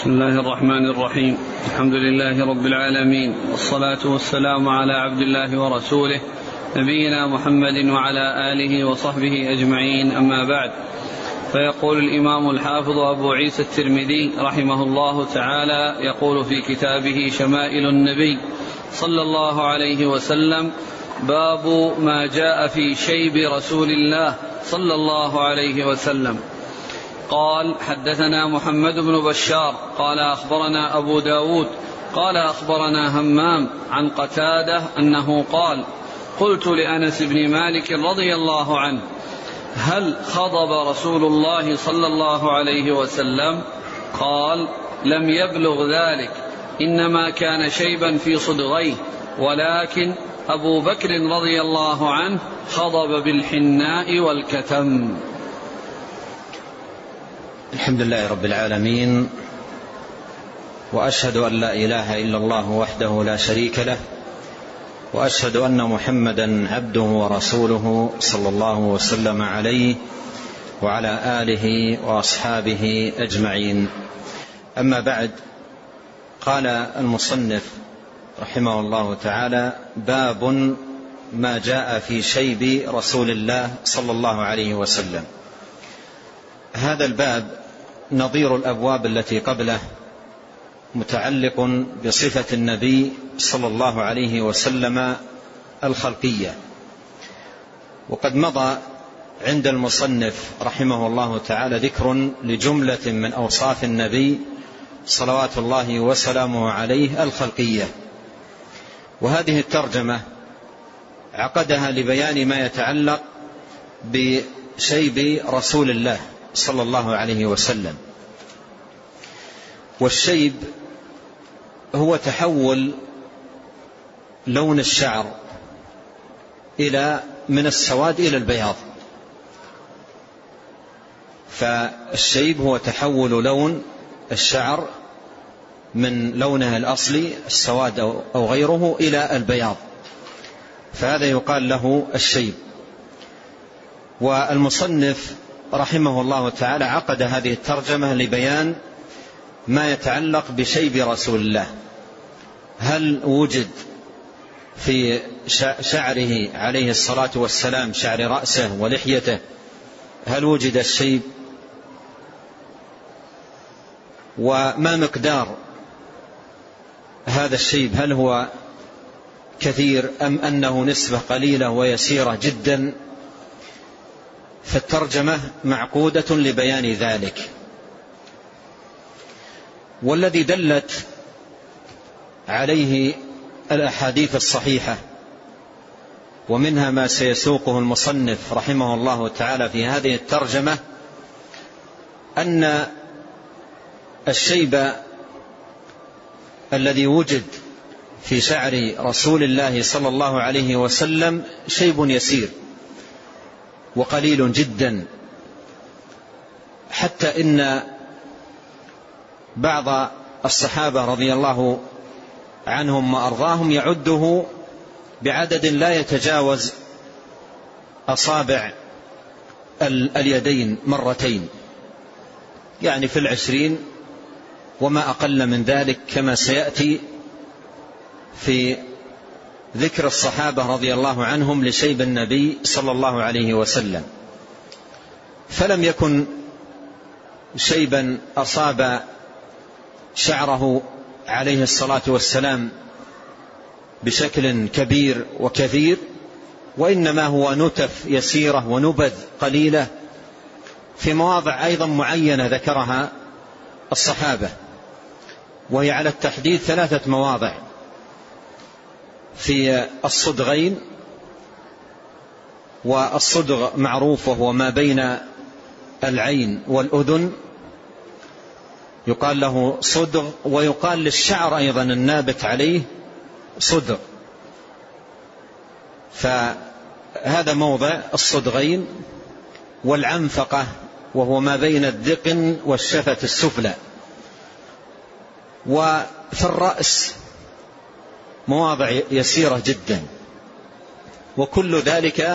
بسم الله الرحمن الرحيم. الحمد لله رب العالمين، والصلاة والسلام على عبد الله ورسوله نبينا محمد وعلى آله وصحبه أجمعين، أما بعد. فيقول الإمام الحافظ أبو عيسى الترمذي رحمه الله تعالى، يقول في كتابه شمائل النبي صلى الله عليه وسلم: باب ما جاء في شيب رسول الله صلى الله عليه وسلم. قال: حدثنا محمد بن بشار قال أخبرنا أبو داود قال أخبرنا همام عن قتادة أنه قال: قلت لأنس بن مالك رضي الله عنه: هل خضب رسول الله صلى الله عليه وسلم؟ قال: لم يبلغ ذلك، إنما كان شيبا في صدغيه، ولكن أبو بكر رضي الله عنه خضب بالحناء والكتم. الحمد لله رب العالمين، وأشهد أن لا إله إلا الله وحده لا شريك له، وأشهد أن محمدا عبده ورسوله صلى الله وسلم عليه وعلى آله وأصحابه أجمعين. أما بعد، قال المصنف رحمه الله تعالى: باب ما جاء في شيب رسول الله صلى الله عليه وسلم. هذا الباب نظير الأبواب التي قبله، متعلق بصفة النبي صلى الله عليه وسلم الخلقية. وقد مضى عند المصنف رحمه الله تعالى ذكر لجملة من أوصاف النبي صلوات الله وسلامه عليه الخلقية، وهذه الترجمة عقدها لبيان ما يتعلق بشيب رسول الله صلى الله عليه وسلم. والشيب هو تحول لون الشعر من السواد إلى البياض. فالشيب هو تحول لون الشعر من لونه الأصلي السواد أو غيره إلى البياض، فهذا يقال له الشيب. والمصنف رحمه الله تعالى عقد هذه الترجمة لبيان ما يتعلق بشيب رسول الله. هل وجد في شعره عليه الصلاة والسلام، شعر رأسه ولحيته، هل وجد الشيب؟ وما مقدار هذا الشيب؟ هل هو كثير أم أنه نسبة قليلة ويسيرة جدا؟ فالترجمة معقودة لبيان ذلك. والذي دلت عليه الأحاديث الصحيحة، ومنها ما سيسوقه المصنف رحمه الله تعالى في هذه الترجمة، أن الشيب الذي وجد في شعر رسول الله صلى الله عليه وسلم شيب يسير وقليل جدا، حتى إن بعض الصحابة رضي الله عنهم وأرضاهم يعده بعدد لا يتجاوز أصابع اليدين مرتين، يعني في 20 وما أقل من ذلك، كما سيأتي في ذكر الصحابة رضي الله عنهم لشيب النبي صلى الله عليه وسلم. فلم يكن شيبا أصاب شعره عليه الصلاة والسلام بشكل كبير وكثير، وإنما هو نتف يسيرة ونبذ قليلة في مواضع أيضا معينة ذكرها الصحابة، وهي على التحديد 3 مواضع: في الصدغين، والصدغ معروف وهو ما بين العين والأذن، يقال له صدغ، ويقال للشعر أيضا النابت عليه صدغ. فهذا موضع الصدغين. والعنفقة وهو ما بين الذقن والشفة السفلى. وفي الرأس مواضع يسيرة جدا، وكل ذلك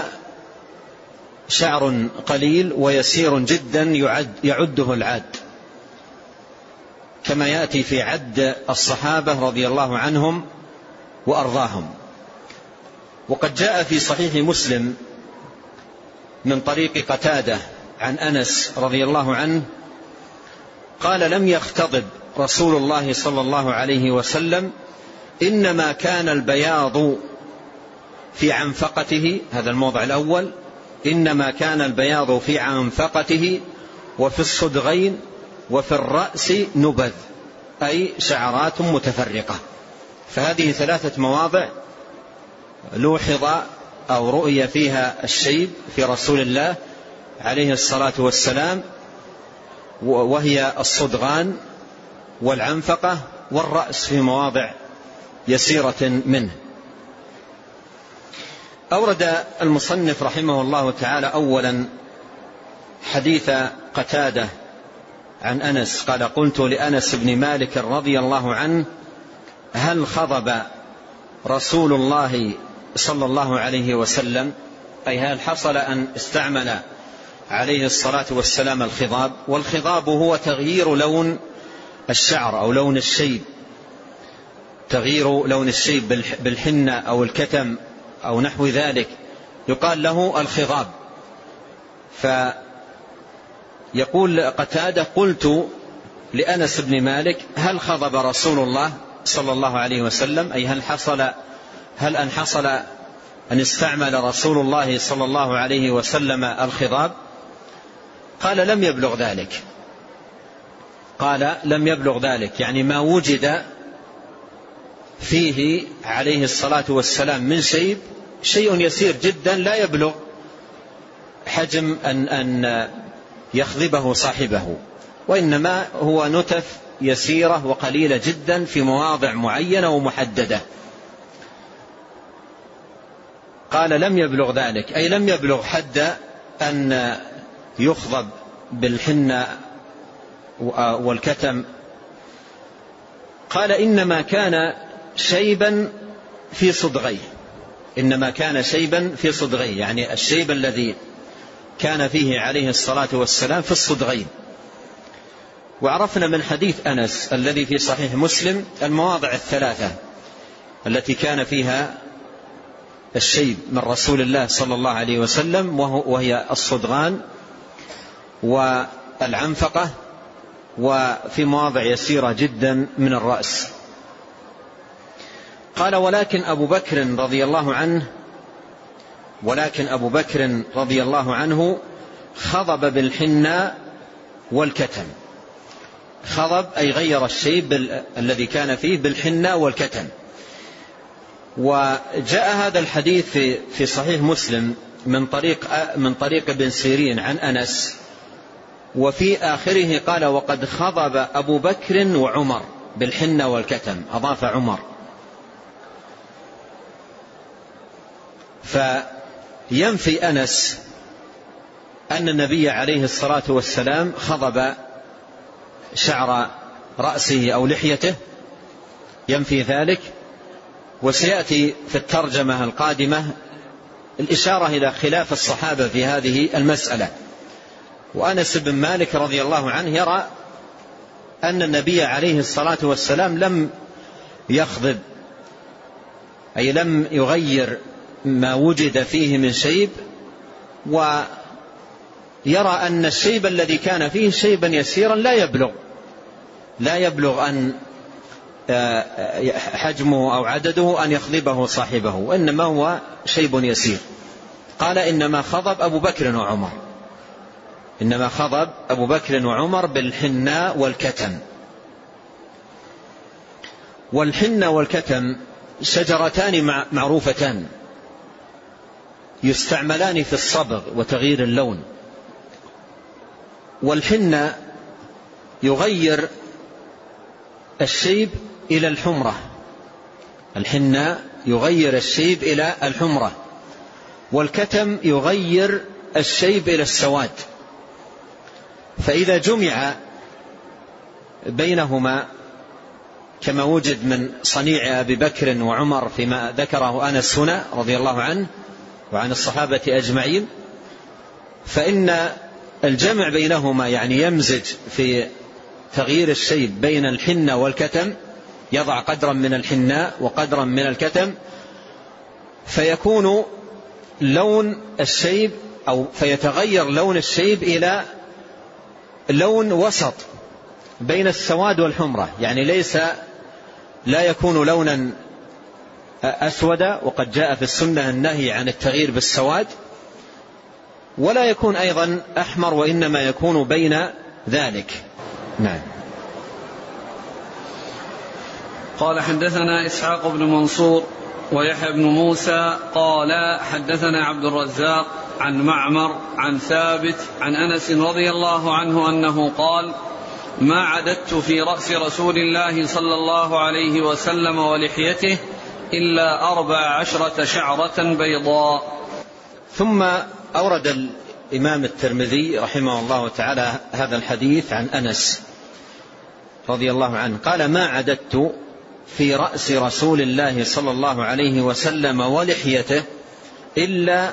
شعر قليل ويسير جدا يعده العاد. كما يأتي في عد الصحابة رضي الله عنهم وأرضاهم. وقد جاء في صحيح مسلم من طريق قتادة عن أنس رضي الله عنه قال: لم يختضب رسول الله صلى الله عليه وسلم، إنما كان البياض في عنفقته، هذا الموضع الأول، إنما كان البياض في عنفقته وفي الصدغين وفي الرأس نبذ، أي شعرات متفرقة. فهذه 3 مواضع لوحظ أو رؤي فيها الشيب في رسول الله عليه الصلاة والسلام، وهي الصدغان والعنفقة والرأس في مواضع يسيرة منه. أورد المصنف رحمه الله تعالى أولا حديث قتادة عن أنس قال: قلت لأنس بن مالك رضي الله عنه: هل خضب رسول الله صلى الله عليه وسلم؟ أي هل حصل أن استعمل عليه الصلاة والسلام الخضاب؟ والخضاب هو تغيير لون الشعر أو لون الشيب، تغيير لون الشيب بالحنة أو الكتم أو نحو ذلك، يقال له الخضاب. فيقول قتادة: قلت لأنس بن مالك: هل خضب رسول الله صلى الله عليه وسلم؟ أي هل أن حصل أن استعمل رسول الله صلى الله عليه وسلم الخضاب؟ قال: لم يبلغ ذلك. قال: لم يبلغ ذلك، يعني ما وجد فيه عليه الصلاة والسلام من شيء يسير جدا لا يبلغ حجم أن يخضبه صاحبه، وإنما هو نتف يسيرة وقليلة جدا في مواضع معينة ومحددة. قال: لم يبلغ ذلك، أي لم يبلغ حد أن يخضب بالحنة والكتم. قال: إنما كان شيبا في صدغيه، إنما كان شيبا في صدغيه، يعني الشيب الذي كان فيه عليه الصلاة والسلام في الصدغين. وعرفنا من حديث أنس الذي في صحيح مسلم المواضع 3 التي كان فيها الشيب من رسول الله صلى الله عليه وسلم، وهي الصدغان والعنفقة وفي مواضع يسيرة جدا من الرأس. قال: ولكن أبو بكر رضي الله عنه خضب بالحناء والكتم. خضب أي غير الشيب الذي كان فيه بالحناء والكتم. وجاء هذا الحديث في صحيح مسلم من طريق ابن سيرين عن أنس، وفي آخره قال: وقد خضب أبو بكر وعمر بالحنة والكتم، أضاف عمر. فينفي أنس أن النبي عليه الصلاة والسلام خضب شعر رأسه أو لحيته، ينفي ذلك. وسيأتي في الترجمة القادمة الإشارة إلى خلاف الصحابة في هذه المسألة. وأنس بن مالك رضي الله عنه يرى أن النبي عليه الصلاة والسلام لم يخضب، أي لم يغير ما وجد فيه من شيب، ويرى أن الشيب الذي كان فيه شيبا يسيرا لا يبلغ أن حجمه أو عدده أن يخضبه صاحبه، وإنما هو شيب يسير. قال: إنما خضب أبو بكر وعمر بالحناء والكتم. والحنة والكتم شجرتان معروفتان يستعملان في الصبغ وتغيير اللون. والحنة يغير الشيب إلى الحمرة، الحنة يغير الشيب إلى الحمرة، والكتم يغير الشيب إلى السواد. فإذا جمع بينهما كما وجد من صنيع أبي بكر وعمر فيما ذكره أنس هنا رضي الله عنه وعن الصحابة أجمعين، فإن الجمع بينهما يعني يمزج في تغيير الشيب بين الحنة والكتم، يضع قدرا من الحناء وقدرا من الكتم، فيكون لون الشيب أو فيتغير لون الشيب إلى لون وسط بين السواد والحمرة، يعني لا يكون لونا أسود، وقد جاء في السنة النهي عن التغيير بالسواد، ولا يكون أيضا أحمر، وإنما يكون بين ذلك. نعم. قال حدثنا إسحاق بن منصور ويحيى بن موسى قال حدثنا عبد الرزاق عن معمر عن ثابت عن أنس رضي الله عنه أنه قال: ما عددت في رأس رسول الله صلى الله عليه وسلم ولحيته إلا 14 شعرة بيضاء. ثم أورد الإمام الترمذي رحمه الله تعالى هذا الحديث عن أنس رضي الله عنه قال: ما عددت في رأس رسول الله صلى الله عليه وسلم ولحيته إلا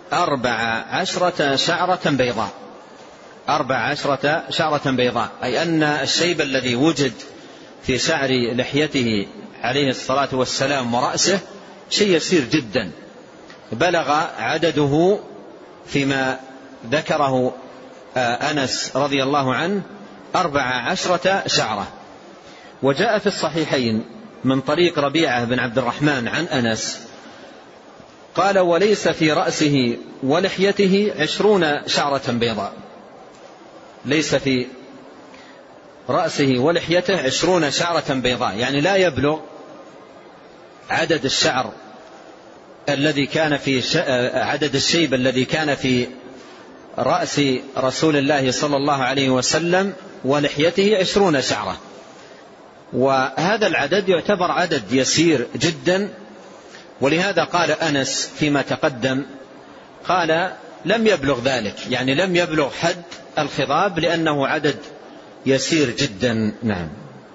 14 شعرة بيضاء. 14 شعرة بيضاء، أي أن الشيب الذي وجد في شعر لحيته عليه الصلاة والسلام ورأسه شيء يسير جدا، بلغ عدده فيما ذكره أنس رضي الله عنه 14 شعرة. وجاء في الصحيحين من طريق ربيعة بن عبد الرحمن عن أنس قال: وليس في رأسه ولحيته 20 شعرة بيضاء. ليس في رأسه ولحيته 20 شعرة بيضاء، يعني لا يبلغ عدد الشعر الذي كان في عدد الشيب الذي كان في رأس رسول الله صلى الله عليه وسلم ولحيته 20 شعرة. وهذا العدد يعتبر عدد يسير جدا، ولهذا قال أنس فيما تقدم قال: لم يبلغ ذلك، يعني لم يبلغ حد الخضاب لأنه عدد يسير جدا. نعم.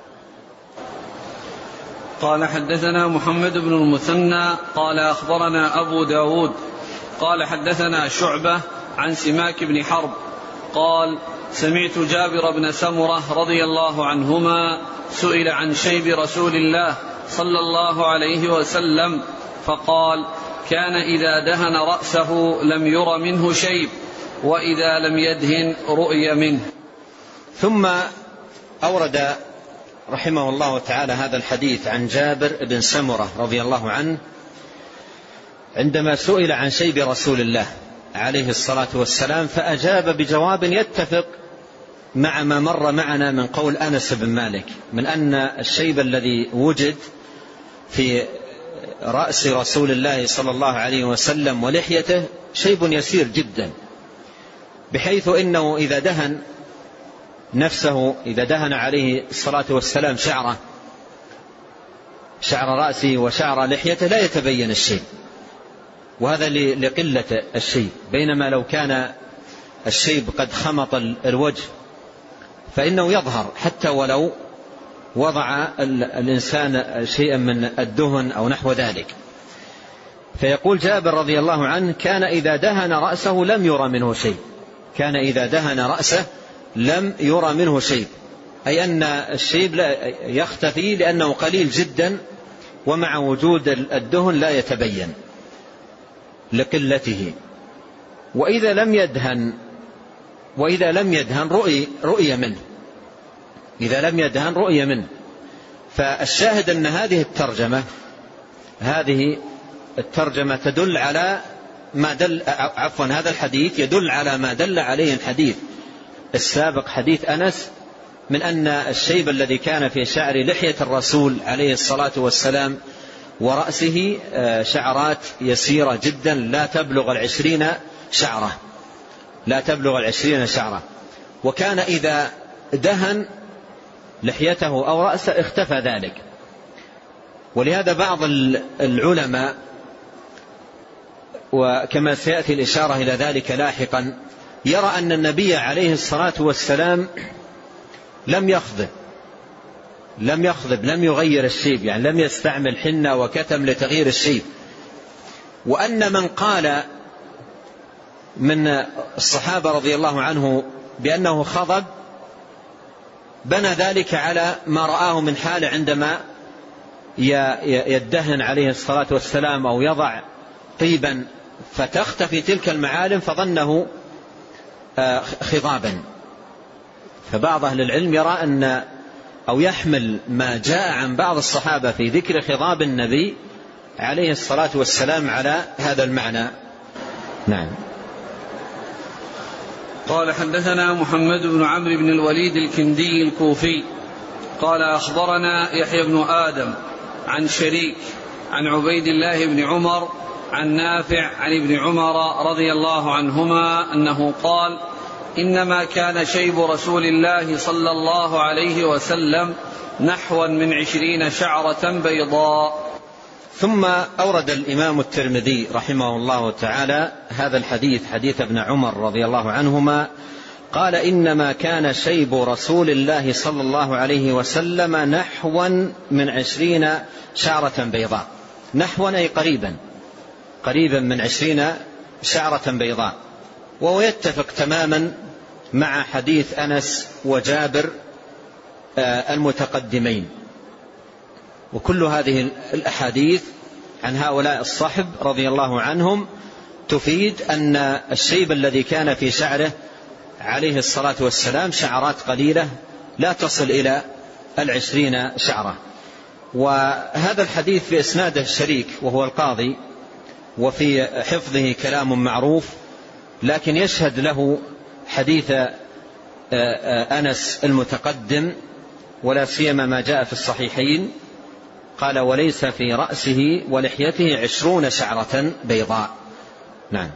قال حدثنا محمد بن المثنى قال أخبرنا أبو داود قال حدثنا شعبة عن سماك بن حرب قال: سمعت جابر بن سمرة رضي الله عنهما سئل عن شيب رسول الله صلى الله عليه وسلم فقال: كان إذا دهن رأسه لم ير منه شيب، وإذا لم يدهن رؤي منه. ثم أورد رحمه الله تعالى هذا الحديث عن جابر بن سمرة رضي الله عنه عندما سئل عن شيب رسول الله عليه الصلاة والسلام، فأجاب بجواب يتفق مع ما مر معنا من قول أنس بن مالك، من أن الشيب الذي وجد في رأس رسول الله صلى الله عليه وسلم ولحيته شيب يسير جدا، بحيث إنه إذا دهن نفسه، إذا دهن عليه الصلاة والسلام شعر رأسه وشعر لحيته لا يتبين الشيب، وهذا لقلة الشيب. بينما لو كان الشيب قد خمط الوجه فإنه يظهر حتى ولو وضع الإنسان شيئا من الدهن أو نحو ذلك. فيقول جابر رضي الله عنه: كان إذا دهن رأسه لم يرى منه شيء. كان إذا دهن رأسه لم يرى منه شيء، أي أن الشيب لا يختفي لأنه قليل جدا، ومع وجود الدهن لا يتبين لقلته. وإذا لم يدهن رؤي منه. إذا لم يدهن رؤي منه. فالشاهد أن هذه الترجمة تدل على ما دل هذا الحديث يدل على ما دل عليه الحديث السابق، حديث أنس، من أن الشيب الذي كان في شعر لحية الرسول عليه الصلاة والسلام ورأسه شعرات يسيرة جدا لا تبلغ 20 شعرة. وكان إذا دهن لحيته أو رأسه اختفى ذلك. ولهذا بعض العلماء، وكما سيأتي الإشارة إلى ذلك لاحقا، يرى أن النبي عليه الصلاة والسلام لم يخضب لم يغير الشيب، يعني لم يستعمل حنة وكتم لتغيير الشيب. وأن من قال من الصحابة رضي الله عنه بأنه خضب بنى ذلك على ما رآه من حاله عندما يدهن عليه الصلاة والسلام أو يضع طيبا فتختفي تلك المعالم فظنه خضابا. فبعض أهل العلم يرى أن أو يحمل ما جاء عن بعض الصحابة في ذكر خضاب النبي عليه الصلاة والسلام على هذا المعنى. نعم. قال حدثنا محمد بن عمرو بن الوليد الكندي الكوفي قال أخبرنا يحيى بن آدم عن شريك عن عبيد الله بن عمر عن نافع عن ابن عمر رضي الله عنهما أنه قال إنما كان شيب رسول الله صلى الله عليه وسلم نحوا من 20 شعرة بيضاء. ثم أورد الإمام الترمذي رحمه الله تعالى هذا الحديث، حديث ابن عمر رضي الله عنهما، قال إنما كان شيب رسول الله صلى الله عليه وسلم نحوا من 20 شعرة بيضاء. نحوا أي قريبا من 20 شعرة بيضاء، وهو يتفق تماما مع حديث أنس وجابر المتقدمين. وكل هذه الأحاديث عن هؤلاء الصحب رضي الله عنهم تفيد أن الشيب الذي كان في شعره عليه الصلاة والسلام شعرات قليلة لا تصل إلى 20 شعرة. وهذا الحديث في إسناده شريك وهو القاضي، وفي حفظه كلام معروف، لكن يشهد له حديث أنس المتقدم، ولا سيما ما جاء في الصحيحين قال وليس في رأسه ولحيته 20 شعرة بيضاء. نعم.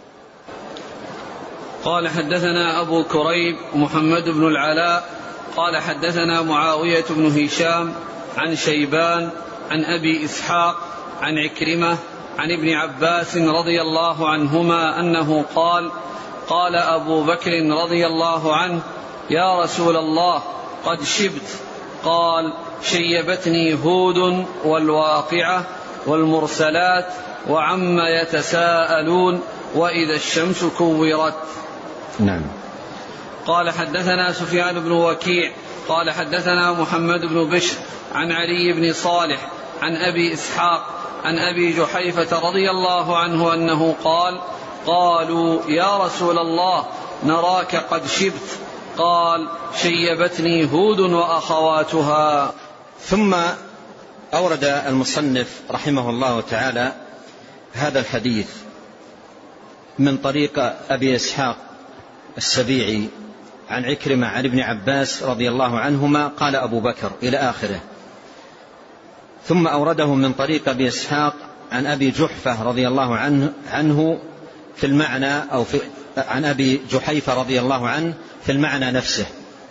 قال حدثنا أبو كريب محمد بن العلاء قال حدثنا معاوية بن هشام عن شيبان عن أبي إسحاق عن عكرمة عن ابن عباس رضي الله عنهما أنه قال قال أبو بكر رضي الله عنه يا رسول الله قد شبت. قال شيبتني هود والواقعة والمرسلات وعما يتساءلون وإذا الشمس كورت. نعم. قال حدثنا سفيان بن وكيع قال حدثنا محمد بن بشر عن علي بن صالح عن أبي إسحاق عن أبي جحيفة رضي الله عنه أنه قال قالوا يا رسول الله نراك قد شبت. قال شيبتني هود وأخواتها. ثم أورد المصنف رحمه الله تعالى هذا الحديث من طريق أبي إسحاق السبيعي عن عكرمة عن ابن عباس رضي الله عنهما قال أبو بكر إلى آخره. ثم أورده من طريق أبي إسحاق عن أبي جحفة رضي الله عنه في المعنى أو عن أبي جحيفة رضي الله عنه في المعنى نفسه.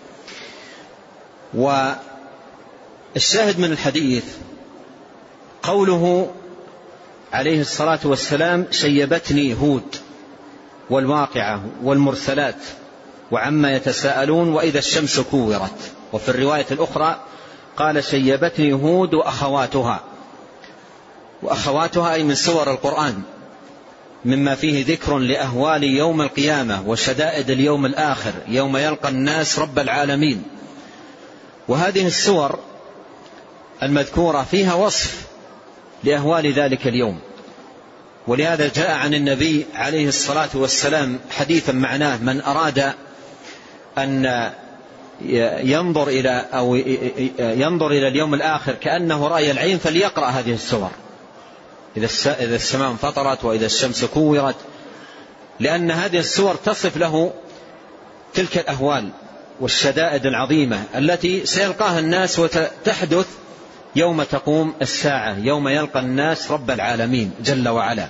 والشاهد من الحديث قوله عليه الصلاة والسلام شيبتني هود والواقعة والمرسلات وعما يتساءلون وإذا الشمس كورت. وفي الرواية الأخرى قال شيبتني هود وأخواتها. وأخواتها أي من سور القرآن، مما فيه ذكر لأهوال يوم القيامة وشدائد اليوم الآخر يوم يلقى الناس رب العالمين. وهذه السور المذكورة فيها وصف لأهوال ذلك اليوم، ولهذا جاء عن النبي عليه الصلاة والسلام حديثا معناه من أراد أن ينظر إلى اليوم الآخر كأنه رأي العين فليقرأ هذه السور، إذا السماء انفطرت وإذا الشمس كورت، لأن هذه السور تصف له تلك الأهوال والشدائد العظيمة التي سيلقاها الناس وتحدث يوم تقوم الساعة، يوم يلقى الناس رب العالمين جل وعلا.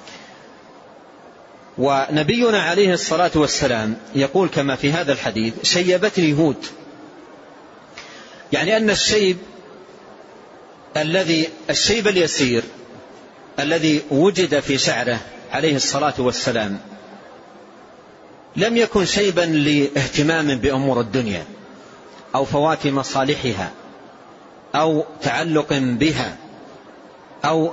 ونبينا عليه الصلاة والسلام يقول كما في هذا الحديث شيبتني هود، يعني أن الشيب اليسير الذي وجد في شعره عليه الصلاة والسلام لم يكن شيبا لاهتمام بأمور الدنيا أو فوات مصالحها أو تعلق بها أو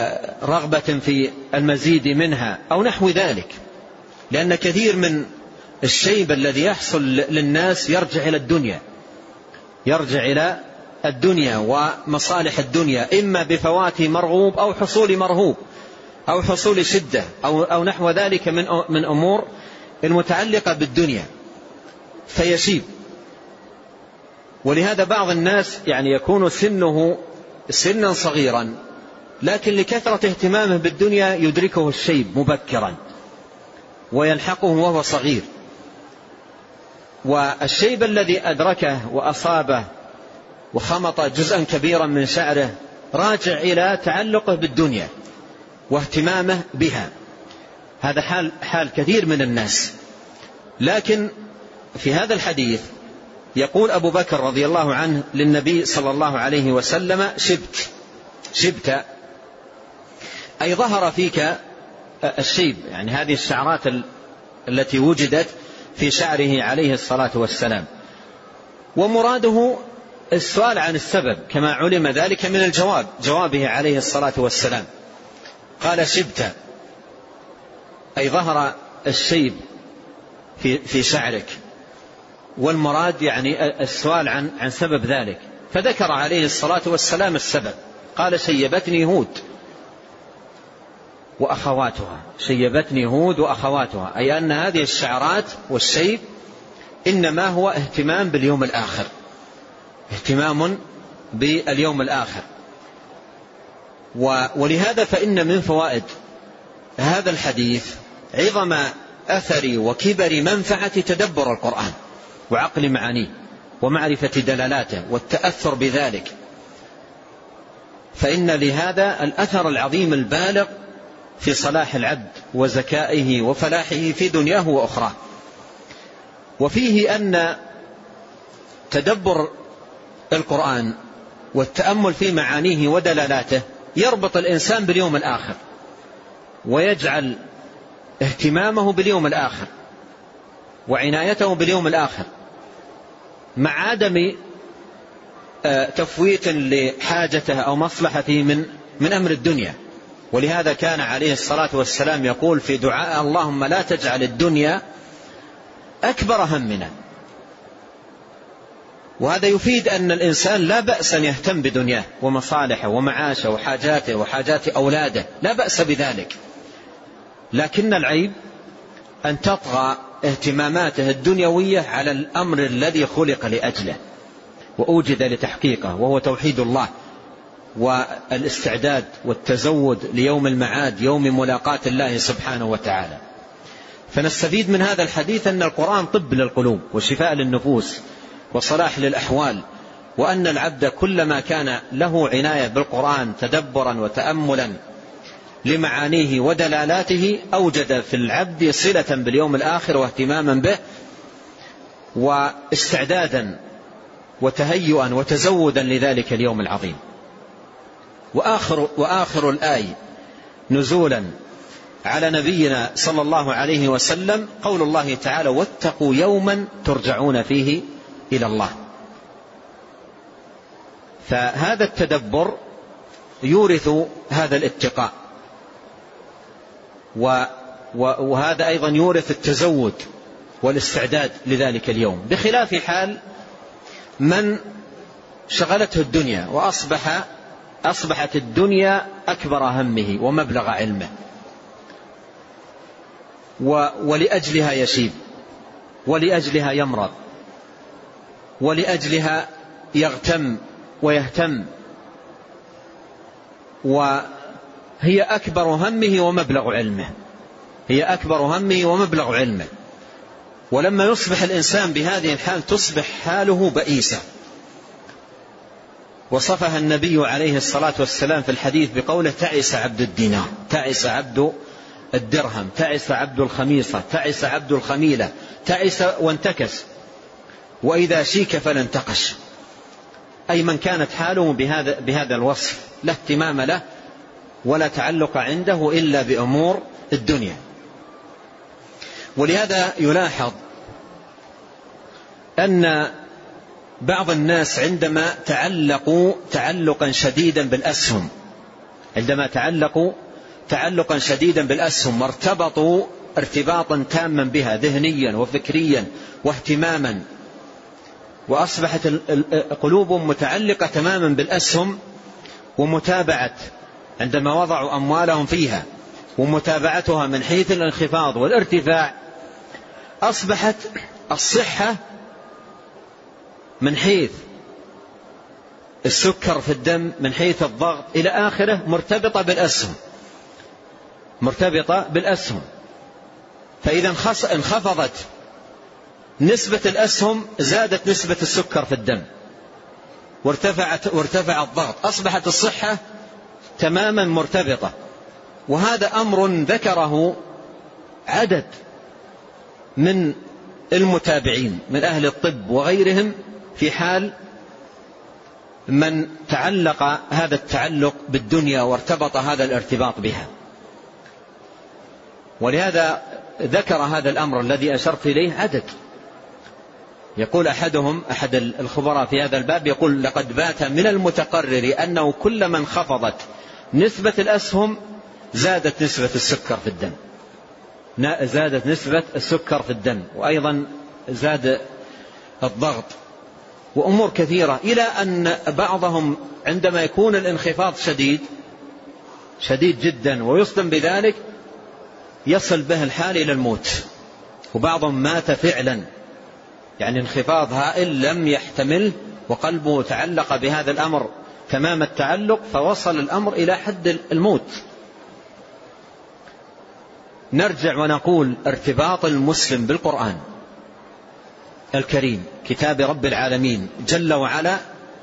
رغبة في المزيد منها أو نحو ذلك، لأن كثير من الشيب الذي يحصل للناس يرجع إلى الدنيا ومصالح الدنيا، إما بفوات مرغوب أو حصول مرهوب أو حصول شدة أو نحو ذلك من أمور المتعلقة بالدنيا فيشيب. ولهذا بعض الناس يعني يكون سنه سنا صغيرا، لكن لكثرة اهتمامه بالدنيا يدركه الشيب مبكرا ويلحقه وهو صغير. والشيب الذي أدركه وأصابه وخمط جزءا كبيرا من شعره راجع إلى تعلقه بالدنيا واهتمامه بها. هذا حال كثير من الناس. لكن في هذا الحديث يقول أبو بكر رضي الله عنه للنبي صلى الله عليه وسلم: شبت أي ظهر فيك الشيب، يعني هذه الشعرات التي وجدت في شعره عليه الصلاة والسلام. ومراده السؤال عن السبب كما علم ذلك من جوابه عليه الصلاة والسلام. قال: شبت أي ظهر الشيب في شعرك، والمراد يعني السؤال عن سبب ذلك. فذكر عليه الصلاة والسلام السبب، قال: شيبتني هود وأخواتها، أي أن هذه الشعرات والشيب إنما هو اهتمام باليوم الآخر، اهتمام باليوم الآخر. ولهذا فإن من فوائد هذا الحديث عظم أثر وكبر منفعة تدبر القرآن وعقل معانيه ومعرفة دلالاته والتأثر بذلك، فإن لهذا الأثر العظيم البالغ في صلاح العبد وزكائه وفلاحه في دنياه وأخراه. وفيه أن تدبر القرآن والتأمل في معانيه ودلالاته يربط الإنسان باليوم الآخر ويجعل اهتمامه باليوم الآخر وعنايته باليوم الآخر، مع عدم تفويت لحاجته أو مصلحته من أمر الدنيا. ولهذا كان عليه الصلاة والسلام يقول في دعاء: اللهم لا تجعل الدنيا أكبر همنا. وهذا يفيد أن الإنسان لا بأس أن يهتم بدنياه ومصالحه ومعاشه وحاجاته وحاجات أولاده، لا بأس بذلك، لكن العيب أن تطغى اهتماماته الدنيوية على الأمر الذي خلق لأجله وأوجد لتحقيقه، وهو توحيد الله والاستعداد والتزود ليوم المعاد، يوم ملاقاة الله سبحانه وتعالى. فنستفيد من هذا الحديث أن القرآن طب للقلوب وشفاء للنفوس وصلاح للأحوال، وأن العبد كلما كان له عناية بالقرآن تدبرا وتأملا لمعانيه ودلالاته أوجد في العبد صلة باليوم الآخر واهتماما به واستعدادا وتهيئا وتزودا لذلك اليوم العظيم. وآخر الآية نزولا على نبينا صلى الله عليه وسلم قول الله تعالى: واتقوا يوما ترجعون فيه إلى الله. فهذا التدبر يورث هذا الاتقاء، وهذا أيضا يورث التزود والاستعداد لذلك اليوم، بخلاف حال من شغلته الدنيا وأصبحت الدنيا أكبر همه ومبلغ علمه، ولأجلها يشيب، ولأجلها يمرض، ولأجلها يغتم ويهتم، وهي أكبر همه ومبلغ علمه. ولما يصبح الإنسان بهذه الحال تصبح حاله بئيسة. وصفها النبي عليه الصلاة والسلام في الحديث بقوله: تعس عبد الدينار، تعس عبد الدرهم، تعس عبد الخميصة، تعس عبد الخميلة، تعس وانتكس، وإذا شيك فلا انتقش. أي من كانت حاله بهذا الوصف، لا اهتمام له ولا تعلق عنده إلا بأمور الدنيا. ولهذا يلاحظ أن بعض الناس عندما تعلقوا تعلقا شديدا بالأسهم، وارتبطوا ارتباطا تاما بها ذهنيا وفكريا واهتماما، وأصبحت قلوبهم متعلقة تماما بالأسهم ومتابعة عندما وضعوا أموالهم فيها ومتابعتها من حيث الانخفاض والارتفاع. أصبحت الصحة من حيث السكر في الدم، من حيث الضغط إلى آخره، مرتبطة بالأسهم. فإذا انخفضت نسبة الأسهم زادت نسبة السكر في الدم، وارتفع الضغط، أصبحت الصحة تماما مرتبطة. وهذا أمر ذكره عدد من المتابعين من أهل الطب وغيرهم في حال من تعلق هذا التعلق بالدنيا وارتبط هذا الارتباط بها. ولهذا ذكر هذا الأمر الذي أشرت إليه عدد. يقول أحد الخبراء في هذا الباب، يقول: لقد بات من المتقرر أنه كلما انخفضت نسبة الأسهم زادت نسبة السكر في الدم، وأيضا زاد الضغط وأمور كثيرة، إلى أن بعضهم عندما يكون الانخفاض شديد جدا ويصدم بذلك يصل به الحال إلى الموت. وبعضهم مات فعلا، يعني انخفاض هائل لم يحتمل وقلبه تعلق بهذا الأمر تمام التعلق، فوصل الأمر إلى حد الموت. نرجع ونقول: ارتباط المسلم بالقرآن الكريم كتاب رب العالمين جل وعلا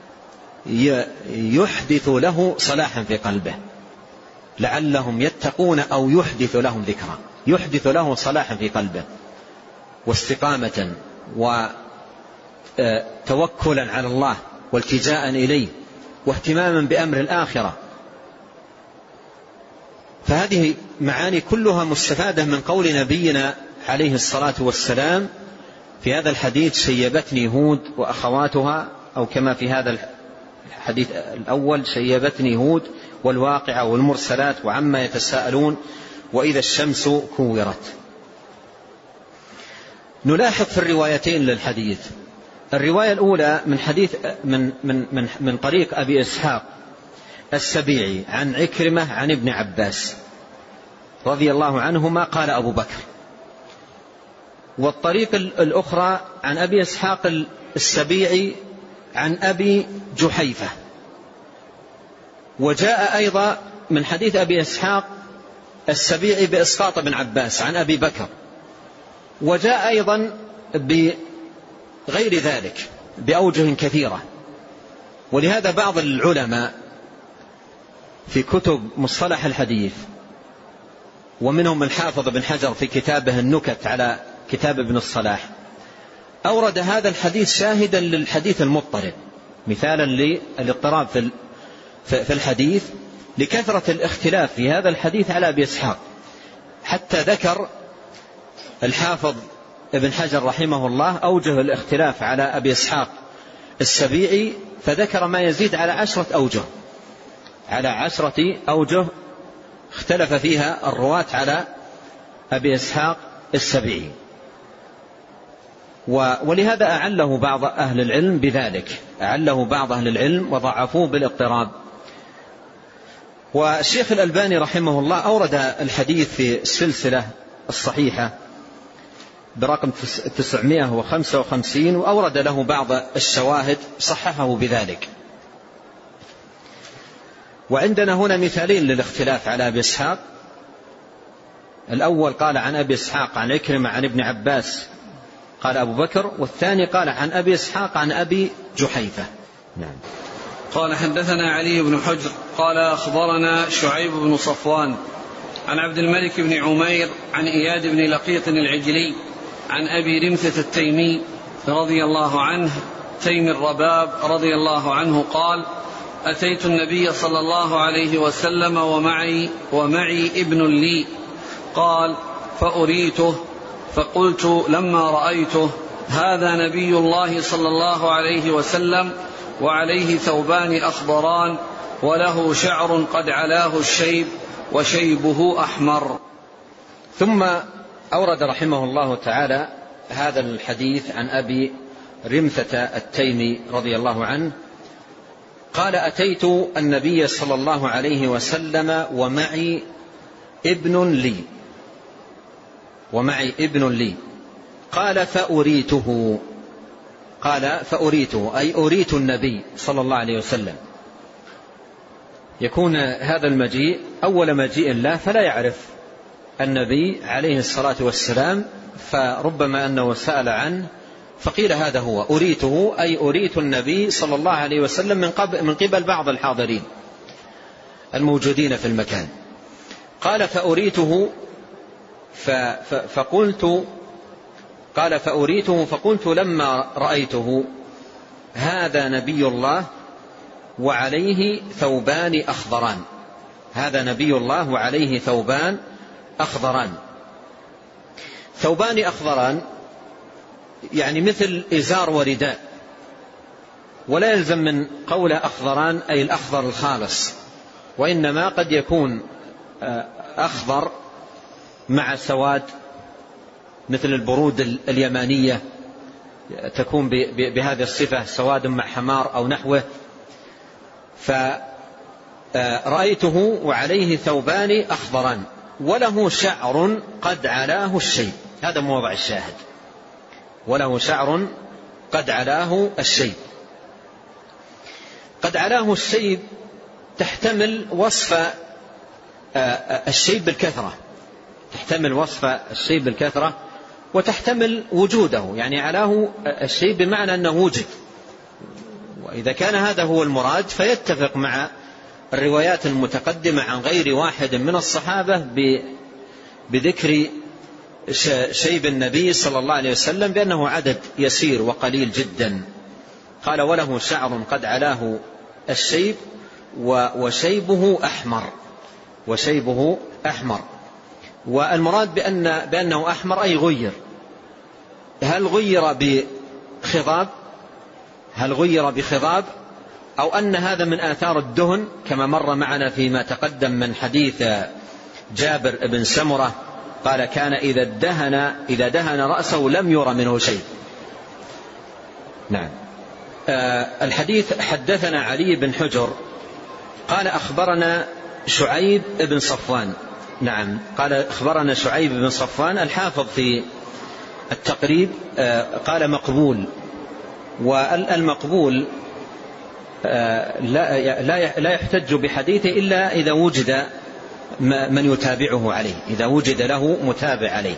يحدث له صلاحا في قلبه، لعلهم يتقون أو يحدث لهم ذكرا، يحدث له صلاحا في قلبه واستقامة وتوكلا على الله والتجاء إليه واهتماما بأمر الآخرة. فهذه معاني كلها مستفادة من قول نبينا عليه الصلاة والسلام في هذا الحديث: شيبتني هود وأخواتها، أو كما في هذا الحديث الأول: شيبتني هود والواقعة والمرسلات وعما يتساءلون وإذا الشمس كورت. نلاحظ في الروايتين للحديث: الرواية الأولى من حديث من طريق أبي إسحاق السبيعي عن عكرمة عن ابن عباس رضي الله عنهما قال أبو بكر. والطريق الأخرى عن أبي إسحاق السبيعي عن أبي جحيفة. وجاء أيضا من حديث أبي إسحاق السبيعي بإسقاط ابن عباس عن أبي بكر. وجاء أيضا بغير ذلك بأوجه كثيرة. ولهذا بعض العلماء في كتب مصطلح الحديث، ومنهم الحافظ بن حجر في كتابه النكت على كتاب ابن الصلاح، أورد هذا الحديث شاهدا للحديث المضطرب، مثالا للاضطراب في الحديث لكثرة الاختلاف في هذا الحديث على أبي إسحاق. حتى ذكر الحافظ ابن حجر رحمه الله أوجه الاختلاف على أبي إسحاق السبيعي، فذكر ما يزيد على 10 أوجه اختلف فيها الرواة على أبي إسحاق السبيعي. ولهذا أعله بعض أهل العلم بذلك، أعله بعض أهل العلم وضعفوه بالاضطراب. والشيخ الألباني رحمه الله أورد الحديث في السلسلة الصحيحة برقم 955، وأورد له بعض الشواهد صححه بذلك. وعندنا هنا مثالين للاختلاف على أبي إسحاق. الأول قال عن أبي إسحاق عن عكرمة عن ابن عباس قال أبو بكر، والثاني قال عن أبي إسحاق عن أبي جحيفة. نعم. قال: حدثنا علي بن حجر قال أخبرنا شعيب بن صفوان عن عبد الملك بن عمير عن إياد بن لقيط العجلي عن أبي رمثة التيمي رضي الله عنه تيم الرباب رضي الله عنه قال: أتيت النبي صلى الله عليه وسلم ومعي ابن لي، قال: فأريته، فقلت لما رأيته: هذا نبي الله صلى الله عليه وسلم وعليه ثوبان أخضران وله شعر قد علاه الشيب وشيبه أحمر. ثم أورد رحمه الله تعالى هذا الحديث عن أبي رمثة التيمي رضي الله عنه قال: أتيت النبي صلى الله عليه وسلم ومعي ابن لي قال فأريته أي أريت النبي صلى الله عليه وسلم. يكون هذا المجيء أول مجيء له فلا يعرف النبي عليه الصلاة والسلام، فربما أنه سأل عنه فقيل هذا هو، أريته أي أريت النبي صلى الله عليه وسلم من قبل بعض الحاضرين الموجودين في المكان. قال فأريته فقلت لما رأيته هذا نبي الله وعليه ثوبان أخضران. هذا نبي الله وعليه ثوبان أخضران. ثوبان أخضران يعني مثل إزار ورداء، ولا يلزم من قول أخضران أي الأخضر الخالص، وإنما قد يكون أخضر مع سواد مثل البرود اليمانية تكون بهذه الصفة، سواد مع حمار أو نحوه. فرأيته وعليه ثوبان أخضران وله شعر قد علاه الشيب. هذا موضع الشاهد، وله شعر قد علاه الشيب. قد علاه الشيب تحتمل وصف الشيب بالكثرة، تحتمل وصف الشيب بالكثرة، وتحتمل وجوده، يعني علاه الشيب بمعنى أنه وجد. وإذا كان هذا هو المراد فيتفق مع الروايات المتقدمة عن غير واحد من الصحابة بذكر شيب النبي صلى الله عليه وسلم بأنه عدد يسير وقليل جدا. قال وله شعر قد علاه الشيب وشيبه أحمر. والمراد بأنه أحمر أي غير. هل غير بخضاب أو أن هذا من آثار الدهن كما مر معنا فيما تقدم من حديث جابر بن سمرة قال كان إذا دهن رأسه لم ير منه شيء. نعم. الحديث حدثنا علي بن حجر قال أخبرنا شعيب بن صفوان. نعم، قال أخبرنا شعيب بن صفوان. الحافظ في التقريب قال مقبول، والمقبول لا يحتج بحديثه إلا إذا وجد من يتابعه عليه، إذا وجد له متابع عليه.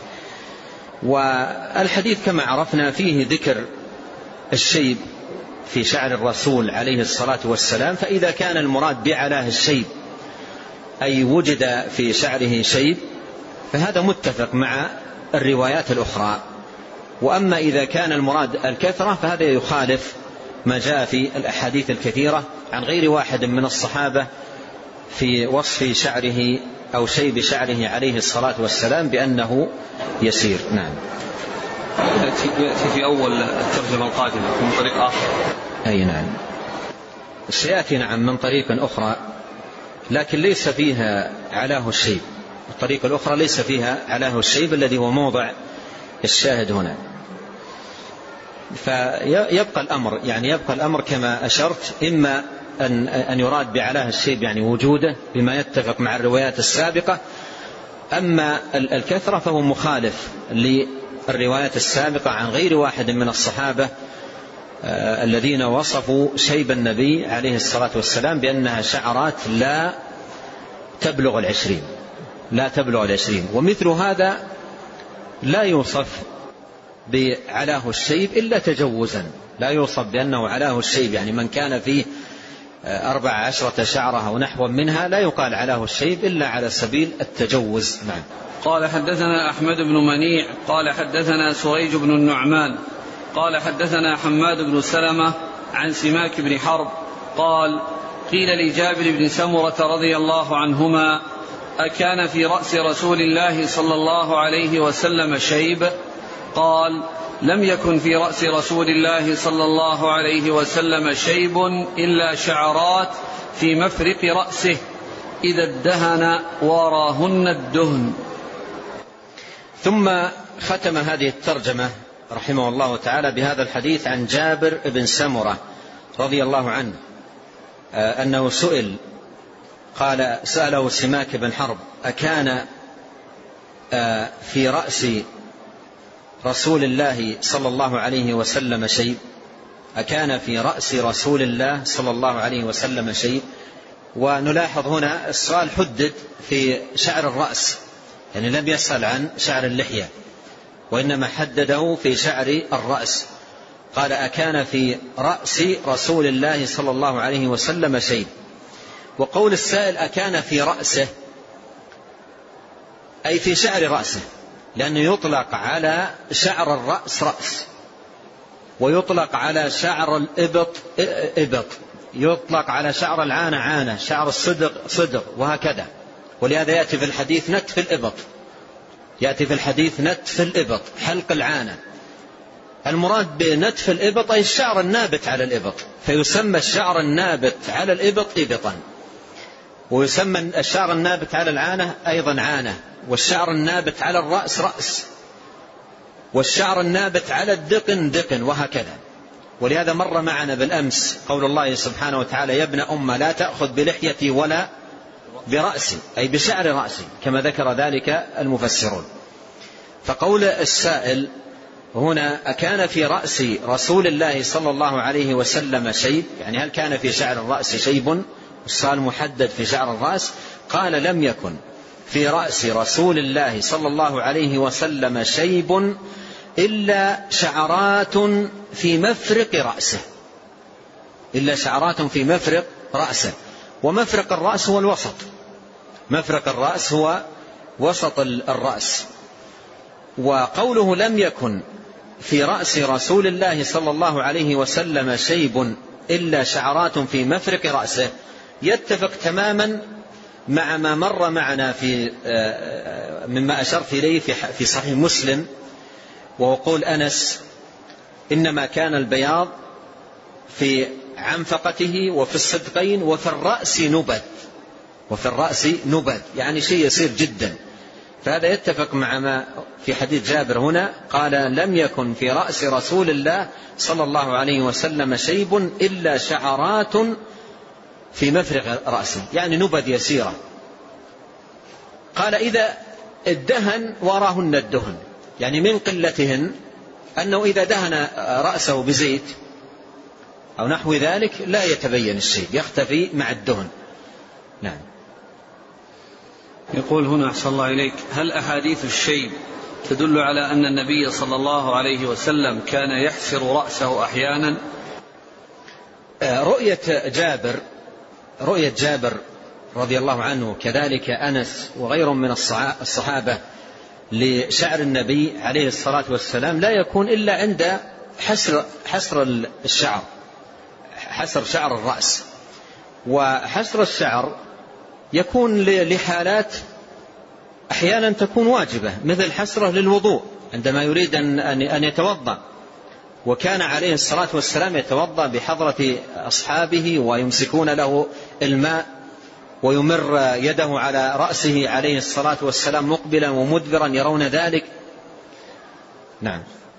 والحديث كما عرفنا فيه ذكر الشيب في شعر الرسول عليه الصلاة والسلام، فإذا كان المراد بعلاه الشيب أي وجد في شعره شيب فهذا متفق مع الروايات الأخرى. وأما إذا كان المراد الكثرة فهذا يخالف ما جاء في الأحاديث الكثيرة عن غير واحد من الصحابة في وصف شعره أو شيب شعره عليه الصلاة والسلام بأنه يسير. نعم. يأتي في أول الترجمة القادمة من طريق آخر. أي نعم، سيأتي نعم من طريق أخرى لكن ليس فيها علاه الشيب. الطريقة الأخرى ليس فيها علاه الشيب الذي هو موضع الشاهد هنا. فيبقى الأمر يبقى الأمر كما أشرت، إما أن يراد بعلاه الشيب يعني وجوده بما يتفق مع الروايات السابقة، أما الكثرة فهو مخالف للروايات السابقة عن غير واحد من الصحابة الذين وصفوا شيب النبي عليه الصلاة والسلام بأنها شعرات لا تبلغ 20. ومثل هذا لا يوصف بعلاه الشيب إلا تجوزا، لا يوصف بأنه علاه الشيب، يعني من كان فيه 14 شعرة أو نحو منها لا يقال علاه الشيب إلا على سبيل التجوز. نعم. قال حدثنا أحمد بن منيع قال حدثنا سريج بن النعمان قال حدثنا حماد بن سلمة عن سماك بن حرب قال قيل لجابر بن سمرة رضي الله عنهما أكان في رأس رسول الله صلى الله عليه وسلم شيب؟ قال لم يكن في رأس رسول الله صلى الله عليه وسلم شيب إلا شعرات في مفرق رأسه إذا ادهن وراهن الدهن. ثم ختم هذه الترجمة رحمه الله تعالى بهذا الحديث عن جابر بن سمرة رضي الله عنه أنه قال سأله سماك بن حرب: أكان في رأس رسول الله صلى الله عليه وسلم شيء؟ أكان في رأس رسول الله صلى الله عليه وسلم شيء؟ ونلاحظ هنا السؤال حدد في شعر الرأس، يعني لم يسأل عن شعر اللحية، وإنما حدده في شعر الرأس. قال: أكان في رأس رسول الله صلى الله عليه وسلم شيء. وقول السائل أكان في رأسه أي في شعر رأسه، لأنه يطلق على شعر الرأس رأس، ويطلق على شعر الإبط إبط، يطلق على شعر العانة عانة، شعر الصدغ صدغ، وهكذا. ولهذا يأتي في الحديث نتف الإبط، يأتي في الحديث نتف الإبط، حلق العانة. المراد بنتف الإبط أي الشعر النابت على الإبط، فيسمى الشعر النابت على الإبط إبطا، ويسمى الشعر النابت على العانة أيضا عانة، والشعر النابت على الرأس رأس، والشعر النابت على الدقن دقن، وهكذا. ولهذا مر معنا بالأمس قول الله سبحانه وتعالى: يا ابن أمة لا تأخذ بلحيتي ولا برأسي، أي بشعر رأسي، كما ذكر ذلك المفسرون. فقول السائل هنا أكان في رأس رسول الله صلى الله عليه وسلم شيب، يعني هل كان في شعر الرأس شيب؟ السؤال محدد في شعر الرأس. قال: لم يكن في رأس رسول الله صلى الله عليه وسلم شيب إلا شعرات في مفرق رأسه، إلا شعرات في مفرق رأسه. ومفرق الرأس هو الوسط، مفرق الرأس هو وسط الرأس. وقوله لم يكن في رأس رسول الله صلى الله عليه وسلم شيب إلا شعرات في مفرق رأسه يتفق تماما مع ما مر معنا في مما أشرت إليه في صحيح مسلم، وقول أنس: إنما كان البياض في عنفقته وفي الصدقين وفي الرأس نبت، وفي الرأس نبت، يعني شيء يسير جدا. فهذا يتفق مع ما في حديث جابر هنا، قال: لم يكن في رأس رسول الله صلى الله عليه وسلم شيب إلا شعرات في مفرق رأسه، يعني نبت يسيرة. قال: إذا الدهن وراهن الدهن، يعني من قلتهن أنه إذا دهن رأسه بزيت أو نحو ذلك لا يتبين الشيء، يختفي مع الدهن. نعم. يقول هنا أحسن الله إليك: هل أحاديث الشيب تدل على أن النبي صلى الله عليه وسلم كان يحسر رأسه أحيانا؟ رؤية جابر رضي الله عنه، كذلك أنس وغيرهم من الصحابة لشعر النبي عليه الصلاة والسلام لا يكون إلا عند حسر الشعر، حسر شعر الرأس. وحسر الشعر يكون لحالات أحيانا تكون واجبة، مثل حسره للوضوء عندما يريد أن يتوضأ، وكان عليه الصلاة والسلام يتوضأ بحضرة أصحابه ويمسكون له الماء ويمر يده على رأسه عليه الصلاة والسلام مقبلا ومدبرا، يرون ذلك. نعم.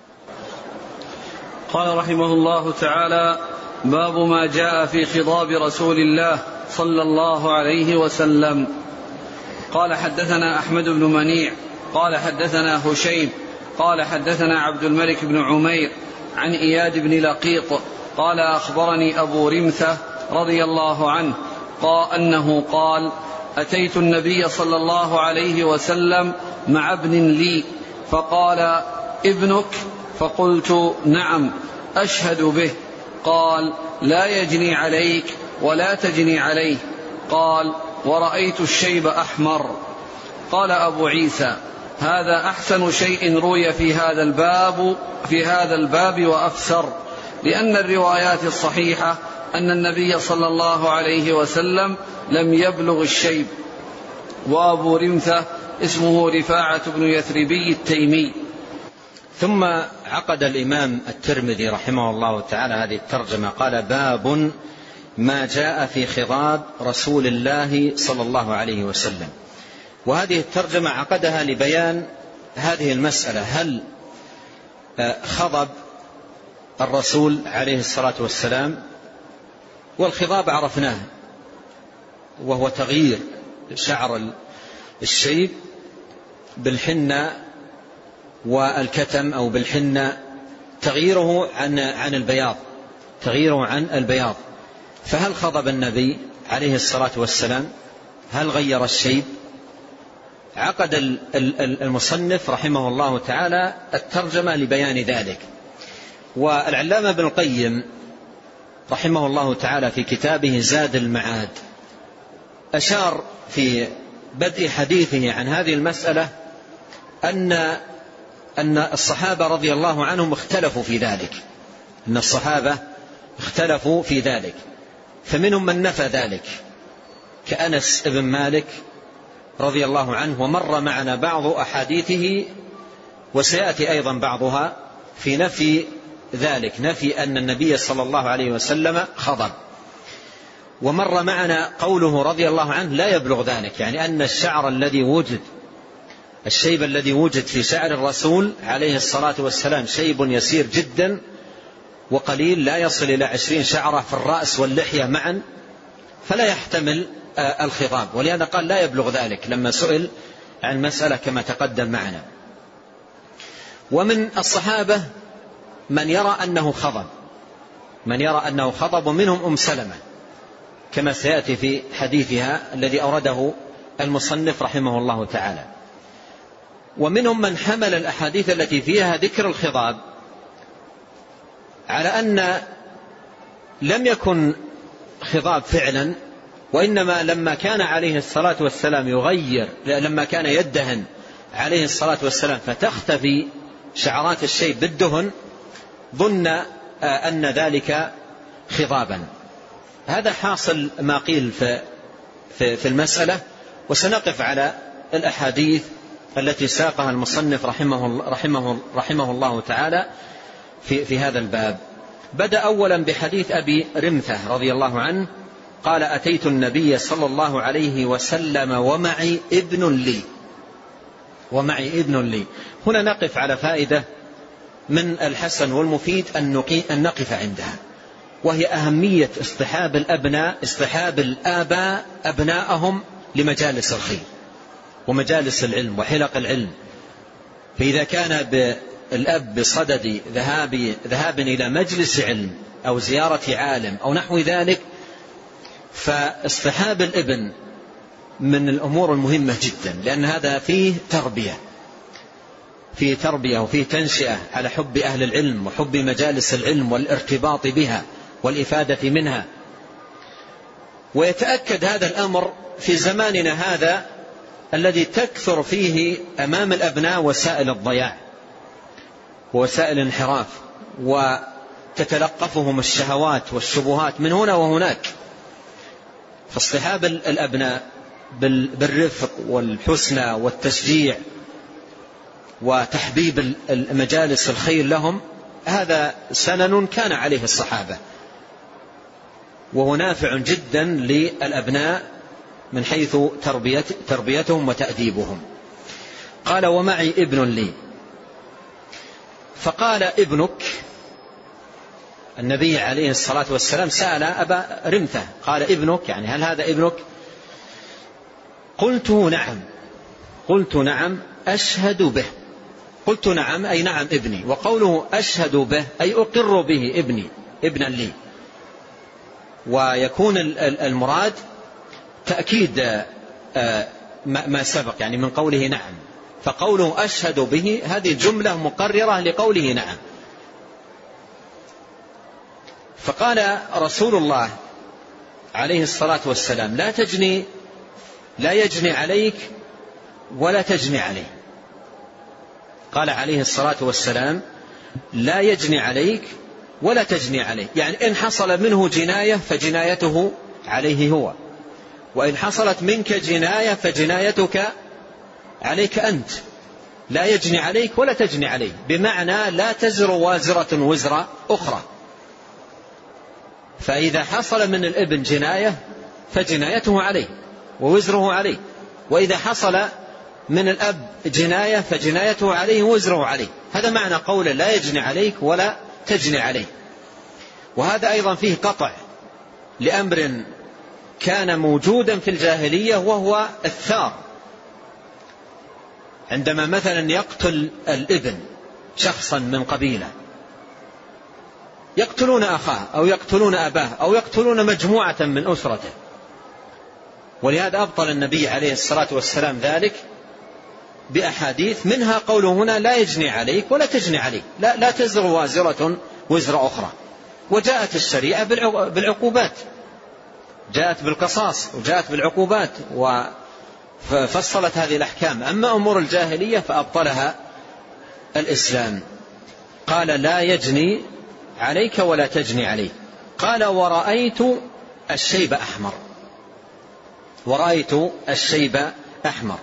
قال رحمه الله تعالى: باب ما جاء في خضاب رسول الله صلى الله عليه وسلم. قال: حدثنا أحمد بن منيع قال حدثنا هشيم قال حدثنا عبد الملك بن عمير عن إياد بن لقيط قال: أخبرني أبو رمثة رضي الله عنه أنه قال: أتيت النبي صلى الله عليه وسلم مع ابن لي فقال: ابنك؟ فقلت: نعم، أشهد به. قال: لا يجني عليك ولا تجني عليه. قال: ورأيت الشيب أحمر. قال أبو عيسى: هذا أحسن شيء روي في هذا الباب وأفسر، لأن الروايات الصحيحة أن النبي صلى الله عليه وسلم لم يبلغ الشيب. وأبو رمثة اسمه رفاعة بن يثربي التيمي. ثم عقد الإمام الترمذي رحمه الله تعالى هذه الترجمة، قال: باب ما جاء في خضاب رسول الله صلى الله عليه وسلم. وهذه الترجمة عقدها لبيان هذه المسألة هل خضب الرسول عليه الصلاة والسلام؟ والخضاب عرفناه وهو تغيير شعر الشيب بالحنة والكتم أو بالحنة، تغييره عن البياض، تغييره عن البياض. فهل خضب النبي عليه الصلاة والسلام؟ هل غير الشيب؟ عقد المصنف رحمه الله تعالى الترجمة لبيان ذلك. والعلامة ابن القيم رحمه الله تعالى في كتابه زاد المعاد أشار في بدء حديثه عن هذه المسألة أن الصحابة رضي الله عنهم اختلفوا في ذلك، أن الصحابة اختلفوا في ذلك، فمنهم من نفى ذلك كأنس بن مالك رضي الله عنه، ومر معنا بعض أحاديثه وسيأتي أيضا بعضها في نفي ذلك، نفي أن النبي صلى الله عليه وسلم خضب. ومر معنا قوله رضي الله عنه لا يبلغ ذلك، يعني أن الشعر الذي وجد، الشيب الذي وجد في شعر الرسول عليه الصلاة والسلام شيب يسير جدا وقليل، لا يصل إلى 20 شعرة في الرأس واللحية معا، فلا يحتمل الخضاب، ولهذا قال لا يبلغ ذلك لما سئل عن مسألة كما تقدم معنا. ومن الصحابة من يرى أنه خضب، من يرى أنه خضب، ومنهم أم سلمة كما سيأتي في حديثها الذي أورده المصنف رحمه الله تعالى. ومنهم من حمل الأحاديث التي فيها ذكر الخضاب على أن لم يكن خضاب فعلا، وإنما لما كان عليه الصلاة والسلام يغير، لما كان يدهن عليه الصلاة والسلام فتختفي شعرات الشيب بالدهن، ظن أن ذلك خضابا. هذا حاصل ما قيل في المسألة، وسنقف على الأحاديث التي ساقها المصنف رحمه الله تعالى في هذا الباب. بدأ أولا بحديث أبي رمثة رضي الله عنه قال أتيت النبي صلى الله عليه وسلم ومعي ابن لي. هنا نقف على فائدة من الحسن والمفيد أن نقف عندها، وهي أهمية اصطحاب الآباء أبناءهم لمجالس الخير ومجالس العلم وحلق العلم. فإذا كان الأب بصدد ذهاب إلى مجلس علم أو زيارة عالم أو نحو ذلك، فاصطحاب الابن من الأمور المهمة جدا، لأن هذا فيه تربية وفيه تنشئة على حب أهل العلم وحب مجالس العلم والارتباط بها والإفادة منها. ويتأكد هذا الأمر في زماننا هذا الذي تكثر فيه أمام الأبناء وسائل الضياع ووسائل الانحراف، وتتلقفهم الشهوات والشبهات من هنا وهناك. فاصطحاب الأبناء بالرفق والحسنى والتشجيع وتحبيب المجالس الخير لهم، هذا سنن كان عليه الصحابة، وهو نافع جدا للأبناء من حيث تربيتهم وتأديبهم. قال ومعي ابن لي، فقال ابنك، النبي عليه الصلاة والسلام سأل أبا رمثة قال ابنك، يعني هل هذا ابنك؟ قلت نعم أشهد به. قلت نعم أي نعم ابني، وقوله أشهد به أي أقر به ابنا لي، ويكون المراد تأكيد ما سبق يعني من قوله نعم، فقوله أشهد به هذه جملة مقررة لقوله نعم. فقال رسول الله عليه الصلاة والسلام لا يجني عليك ولا تجني عليه. قال عليه الصلاة والسلام لا يجني عليك ولا تجني عليه، يعني إن حصل منه جناية فجنايته عليه هو، وإن حصلت منك جناية فجنايتك عليك أنت. لا يجني عليك ولا تجني عليه، بمعنى لا تزر وازرة وزر أخرى. فإذا حصل من الابن جناية فجنايته عليه ووزره عليه، وإذا حصل من الأب جناية فجنايته عليه وزره عليه. هذا معنى قوله لا يجني عليك ولا تجني عليه. وهذا أيضا فيه قطع لأمر كان موجودا في الجاهلية، وهو الثار. عندما مثلا يقتل الابن شخصا من قبيلة، يقتلون أخاه أو يقتلون أباه أو يقتلون مجموعة من أسرته، ولهذا أبطل النبي عليه الصلاة والسلام ذلك بأحاديث، منها قوله هنا لا يجني عليك ولا تجني عليه، لا تزر وازرة وزر أخرى. وجاءت الشريعة بالعقوبات، جاءت بالقصاص وجاءت بالعقوبات وفصلت هذه الأحكام. أما أمور الجاهلية فأبطلها الإسلام. قال لا يجني عليك ولا تجني عليه. قال ورأيت الشيب أحمر، ورأيت الشيب أحمر.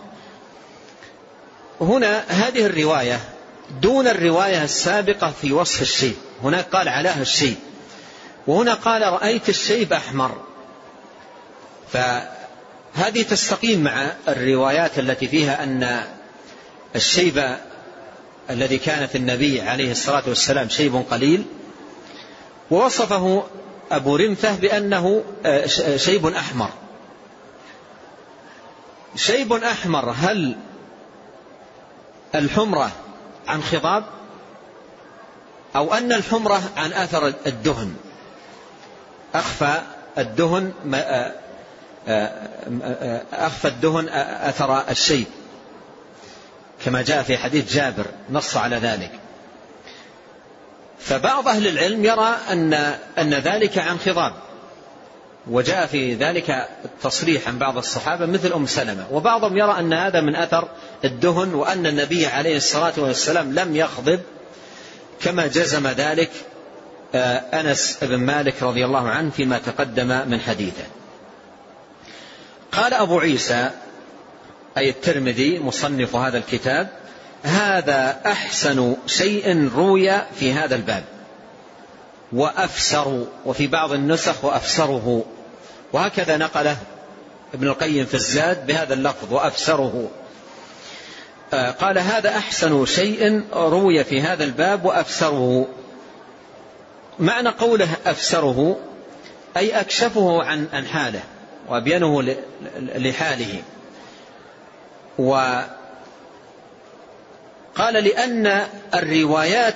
هنا هذه الرواية دون الرواية السابقة في وصف الشيب. هناك قال علاه الشيب، وهنا قال رأيت الشيب أحمر. فهذه تستقيم مع الروايات التي فيها أن الشيب الذي كان في النبي عليه الصلاة والسلام شيب قليل، ووصفه أبو رمثة بأنه شيب أحمر. شيب أحمر، هل الحمرة عن خضاب أو أن الحمرة عن أثر الدهن؟ أخفى الدهن أثر الشيب، كما جاء في حديث جابر نص على ذلك. فبعض أهل العلم يرى أن ذلك عن خضاب، وجاء في ذلك التصريح عن بعض الصحابة مثل أم سلمة. وبعضهم يرى أن هذا من أثر الدهن، وأن النبي عليه الصلاة والسلام لم يخضب، كما جزم ذلك أنس بن مالك رضي الله عنه فيما تقدم من حديثه. قال أبو عيسى أي الترمذي مصنف هذا الكتاب: هذا أحسن شيء روي في هذا الباب وأفسر، وفي بعض النسخ وأفسره، وهكذا نقله ابن القيم في الزاد بهذا اللفظ وأفسره. قال هذا أحسن شيء روي في هذا الباب وأفسره. معنى قوله أفسره أي أكشفه عن حاله وأبينه لحاله. وقال لأن الروايات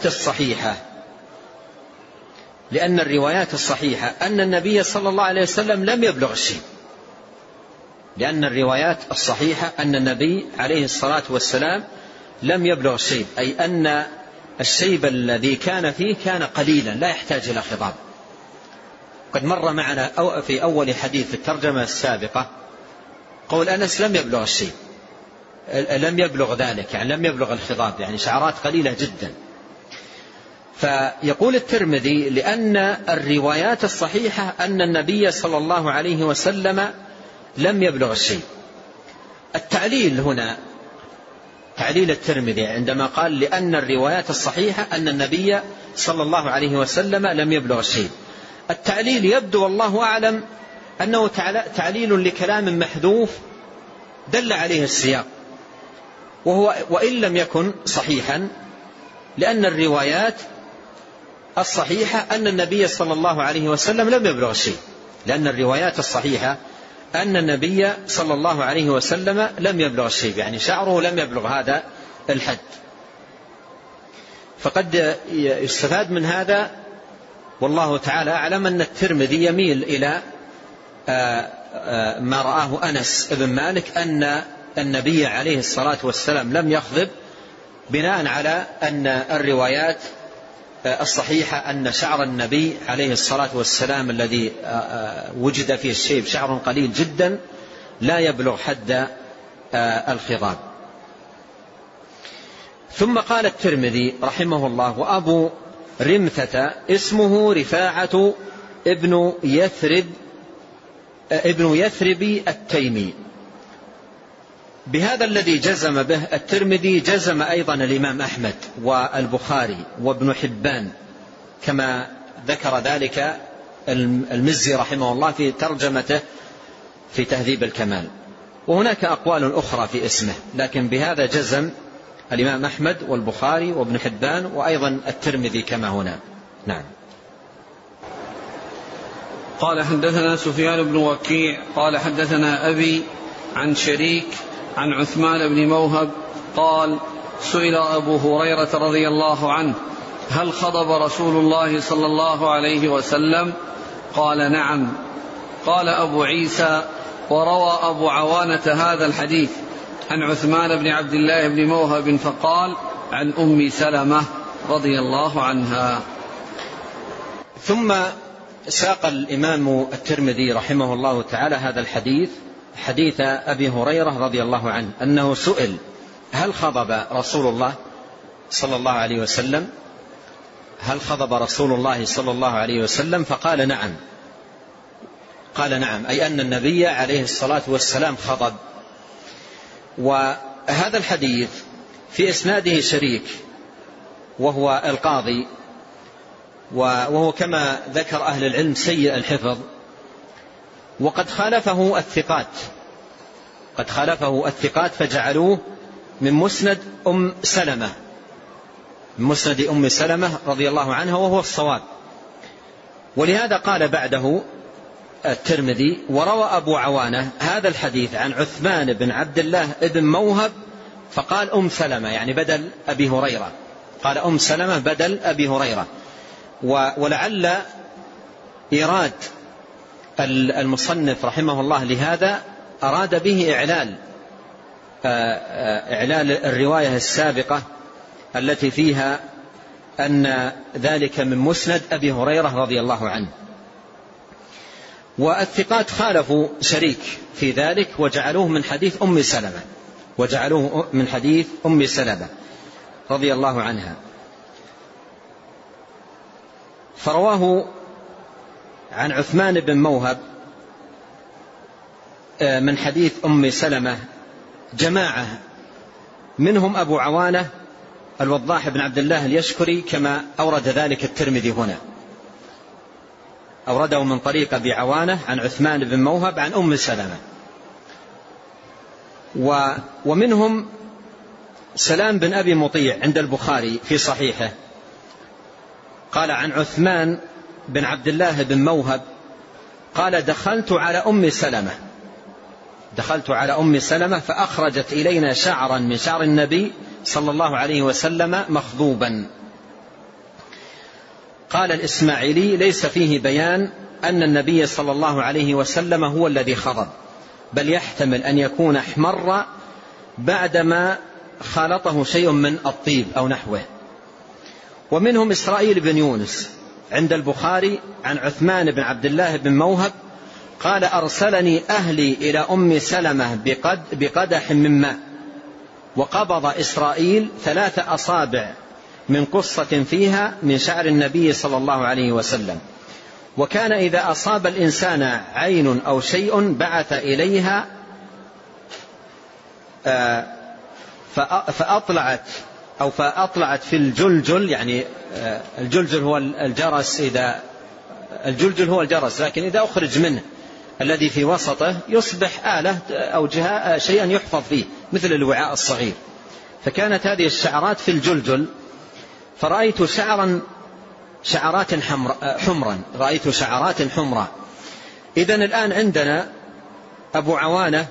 الصحيحة أن النبي صلى الله عليه وسلم لم يبلغ الشيب. لأن الروايات الصحيحة أن النبي عليه الصلاة والسلام لم يبلغ الشيب، أي أن الشيب الذي كان فيه كان قليلا لا يحتاج إلى خضاب. قد مر معنا في أول حديث في الترجمة السابقة قول أنس لم يبلغ الشيب، لم يبلغ ذلك، يعني لم يبلغ الخضاب، يعني شعرات قليلة جدا. فيقول الترمذي لأن الروايات الصحيحة أن النبي صلى الله عليه وسلم لم يبلغ الشيب. التعليل هنا تعليل الترمذي عندما قال لأن الروايات الصحيحة أن النبي صلى الله عليه وسلم لم يبلغ الشيب، التعليل يبدو والله أعلم أنه تعليل لكلام محذوف دل عليه السياق، وإن لم يكن صحيحا، لأن الروايات الصحيحة أن النبي صلى الله عليه وسلم لم يبلغ الشيب، لأن الروايات الصحيحة أن النبي صلى الله عليه وسلم لم يبلغ الشيب، يعني شعره لم يبلغ هذا الحد. فقد يستفاد من هذا والله تعالى أعلم أن الترمذي يميل إلى ما رآه أنس بن مالك أن النبي عليه الصلاة والسلام لم يخضب، بناء على أن الروايات الصحيحة أن شعر النبي عليه الصلاة والسلام الذي وجد فيه الشيب شعر قليل جدا لا يبلغ حد الخضاب. ثم قال الترمذي رحمه الله: وأبو رمثة اسمه رفاعة ابن يثرب التيمي. بهذا الذي جزم به الترمذي جزم أيضا الإمام أحمد والبخاري وابن حبان، كما ذكر ذلك المزي رحمه الله في ترجمته في تهذيب الكمال. وهناك أقوال أخرى في اسمه، لكن بهذا جزم الإمام أحمد والبخاري وابن حبان وأيضا الترمذي كما هنا. نعم. قال حدثنا سفيان بن وكيع قال حدثنا أبي عن شريك عن عثمان بن موهب قال سئل أبو هريرة رضي الله عنه هل خضب رسول الله صلى الله عليه وسلم؟ قال نعم. قال أبو عيسى وروى أبو عوانة هذا الحديث عن عثمان بن عبد الله بن موهب فقال عن أم سلمة رضي الله عنها. ثم ساق الإمام الترمذي رحمه الله تعالى هذا الحديث، حديث أبي هريرة رضي الله عنه أنه سئل هل خضب رسول الله صلى الله عليه وسلم؟ هل خضب رسول الله صلى الله عليه وسلم؟ فقال نعم. قال نعم، أي أن النبي عليه الصلاة والسلام خضب. وهذا الحديث في إسناده شريك وهو القاضي، وهو كما ذكر أهل العلم سيء الحفظ، وقد خالفه الثقات، قد خالفه الثقات فجعلوه من مسند أم سلمة، من مسند أم سلمة رضي الله عنها، وهو الصواب. ولهذا قال بعده الترمذي وروى أبو عوانة هذا الحديث عن عثمان بن عبد الله بن موهب فقال أم سلمة، يعني بدل أبي هريرة، قال أم سلمة بدل أبي هريرة. ولعل إيراد المصنف رحمه الله لهذا أراد به إعلال الرواية السابقة التي فيها أن ذلك من مسند أبي هريرة رضي الله عنه. والثقات خالفوا شريك في ذلك وجعلوه من حديث أم سلمة، وجعلوه من حديث أم سلمة رضي الله عنها. فرواه عن عثمان بن موهب من حديث أم سلمة جماعة، منهم أبو عوانة الوضاح بن عبد الله اليشكري كما أورد ذلك الترمذي هنا، أورده من طريق أبي عوانة عن عثمان بن موهب عن أم سلمة. ومنهم سلام بن أبي مطيع عند البخاري في صحيحه قال عن عثمان بن عبد الله بن موهب قال دخلت على أم سلمة فأخرجت إلينا شعرا من شعر النبي صلى الله عليه وسلم مخضوبا. قال الإسماعيلي ليس فيه بيان أن النبي صلى الله عليه وسلم هو الذي خضب، بل يحتمل أن يكون احمر بعدما خالطه شيء من الطيب أو نحوه. ومنهم إسرائيل بن يونس عند البخاري عن عثمان بن عبد الله بن موهب قال أرسلني أهلي إلى أم سلمة بقدح من ماء، وقبض إسرائيل 3 أصابع من قصة فيها من شعر النبي صلى الله عليه وسلم، وكان إذا أصاب الإنسان عين أو شيء بعث إليها فأطلعت في الجلجل، يعني الجلجل هو الجرس، إذا الجلجل هو الجرس لكن إذا أخرج منه الذي في وسطه يصبح آلة أو شيئا يحفظ فيه مثل الوعاء الصغير، فكانت هذه الشعرات في الجلجل، فرأيت شعرات حمرا، رأيت شعرات حمرا. إذن الآن عندنا أبو عوانة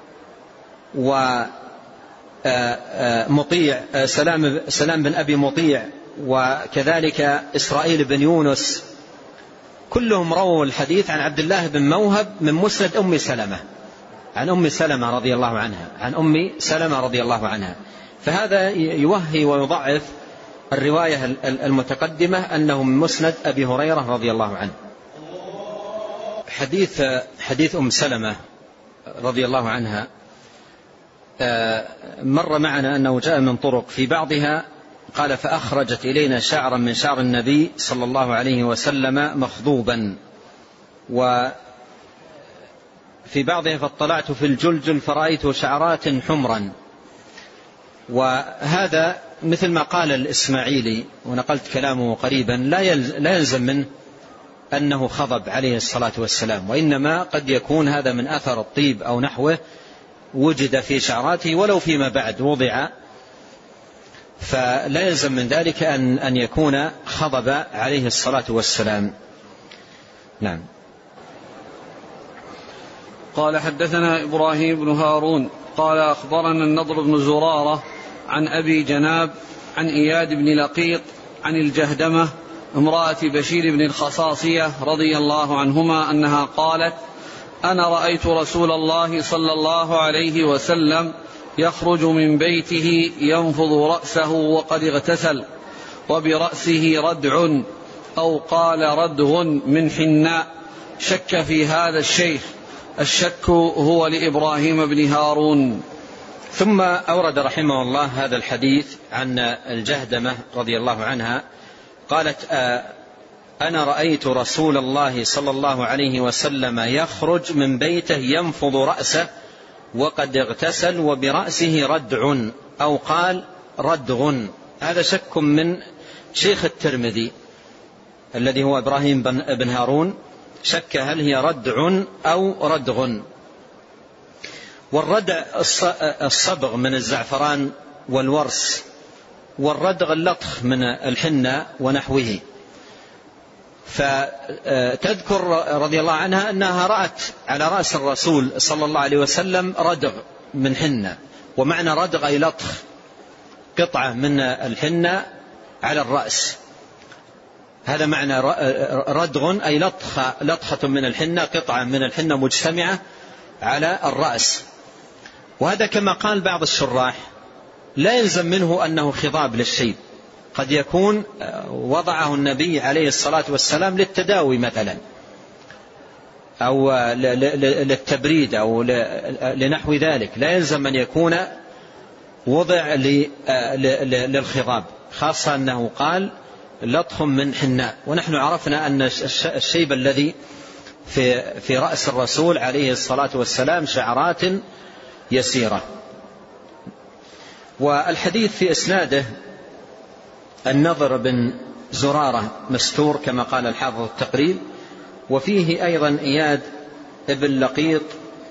ومطيع سلام بن أبي مطيع وكذلك إسرائيل بن يونس كلهم رووا الحديث عن عبد الله بن موهب من مسند أم سلمة، عن أم سلمة رضي الله عنها، عن أم سلمة رضي الله عنها. فهذا يوهي ويضعف الرواية المتقدمة أنه من مسند أبي هريرة رضي الله عنه. حديث أم سلمة رضي الله عنها مر معنا أنه جاء من طرق، في بعضها قال فأخرجت إلينا شعرا من شعر النبي صلى الله عليه وسلم مخضوبا، وفي بعضها فاطلعت في الجلجل فرأيت شعرات حمرا. وهذا مثل ما قال الإسماعيلي ونقلت كلامه قريبا لا يلزم منه أنه خضب عليه الصلاة والسلام، وإنما قد يكون هذا من أثر الطيب أو نحوه وجد في شعراته ولو فيما بعد وضع، فلا يلزم من ذلك أن يكون خضب عليه الصلاة والسلام. نعم. قال حدثنا إبراهيم بن هارون قال أخبرنا النضر بن زرارة عن أبي جناب عن إياد بن لقيط عن الجهدمة امرأة بشير بن الخصاصية رضي الله عنهما أنها قالت: أنا رأيت رسول الله صلى الله عليه وسلم يخرج من بيته ينفض رأسه وقد اغتسل، وبرأسه ردع أو قال ردغ من حناء. شك في هذا الشيخ، الشك هو لإبراهيم بن هارون. ثم أورد رحمه الله هذا الحديث عن الجهدمة رضي الله عنها قالت: أنا رأيت رسول الله صلى الله عليه وسلم يخرج من بيته ينفض رأسه وقد اغتسل وبرأسه ردع أو قال ردغ. هذا شك من شيخ الترمذي الذي هو إبراهيم بن هارون، شك هل هي ردع أو ردغ. والردع الصبغ من الزعفران والورس، والردغ اللطخ من الحنة ونحوه. فتذكر رضي الله عنها أنها رأت على رأس الرسول صلى الله عليه وسلم ردغ من حنة، ومعنى ردغ أي لطخ، قطعة من الحنة على الرأس. هذا معنى ردغ أي لطخة من الحنة، قطعة من الحنة مجتمعة على الرأس. وهذا كما قال بعض الشراح لا يلزم منه أنه خضاب للشيب، قد يكون وضعه النبي عليه الصلاة والسلام للتداوي مثلا، أو للتبريد أو لنحو ذلك، لا يلزم أن يكون وضع للخضاب، خاصة أنه قال لطخ من حناء. ونحن عرفنا أن الشيب الذي في رأس الرسول عليه الصلاة والسلام شعرات يسيرة. والحديث في إسناده النضر بن زرارة مستور كما قال الحافظ التقريب، وفيه أيضا إياد بن لقيط،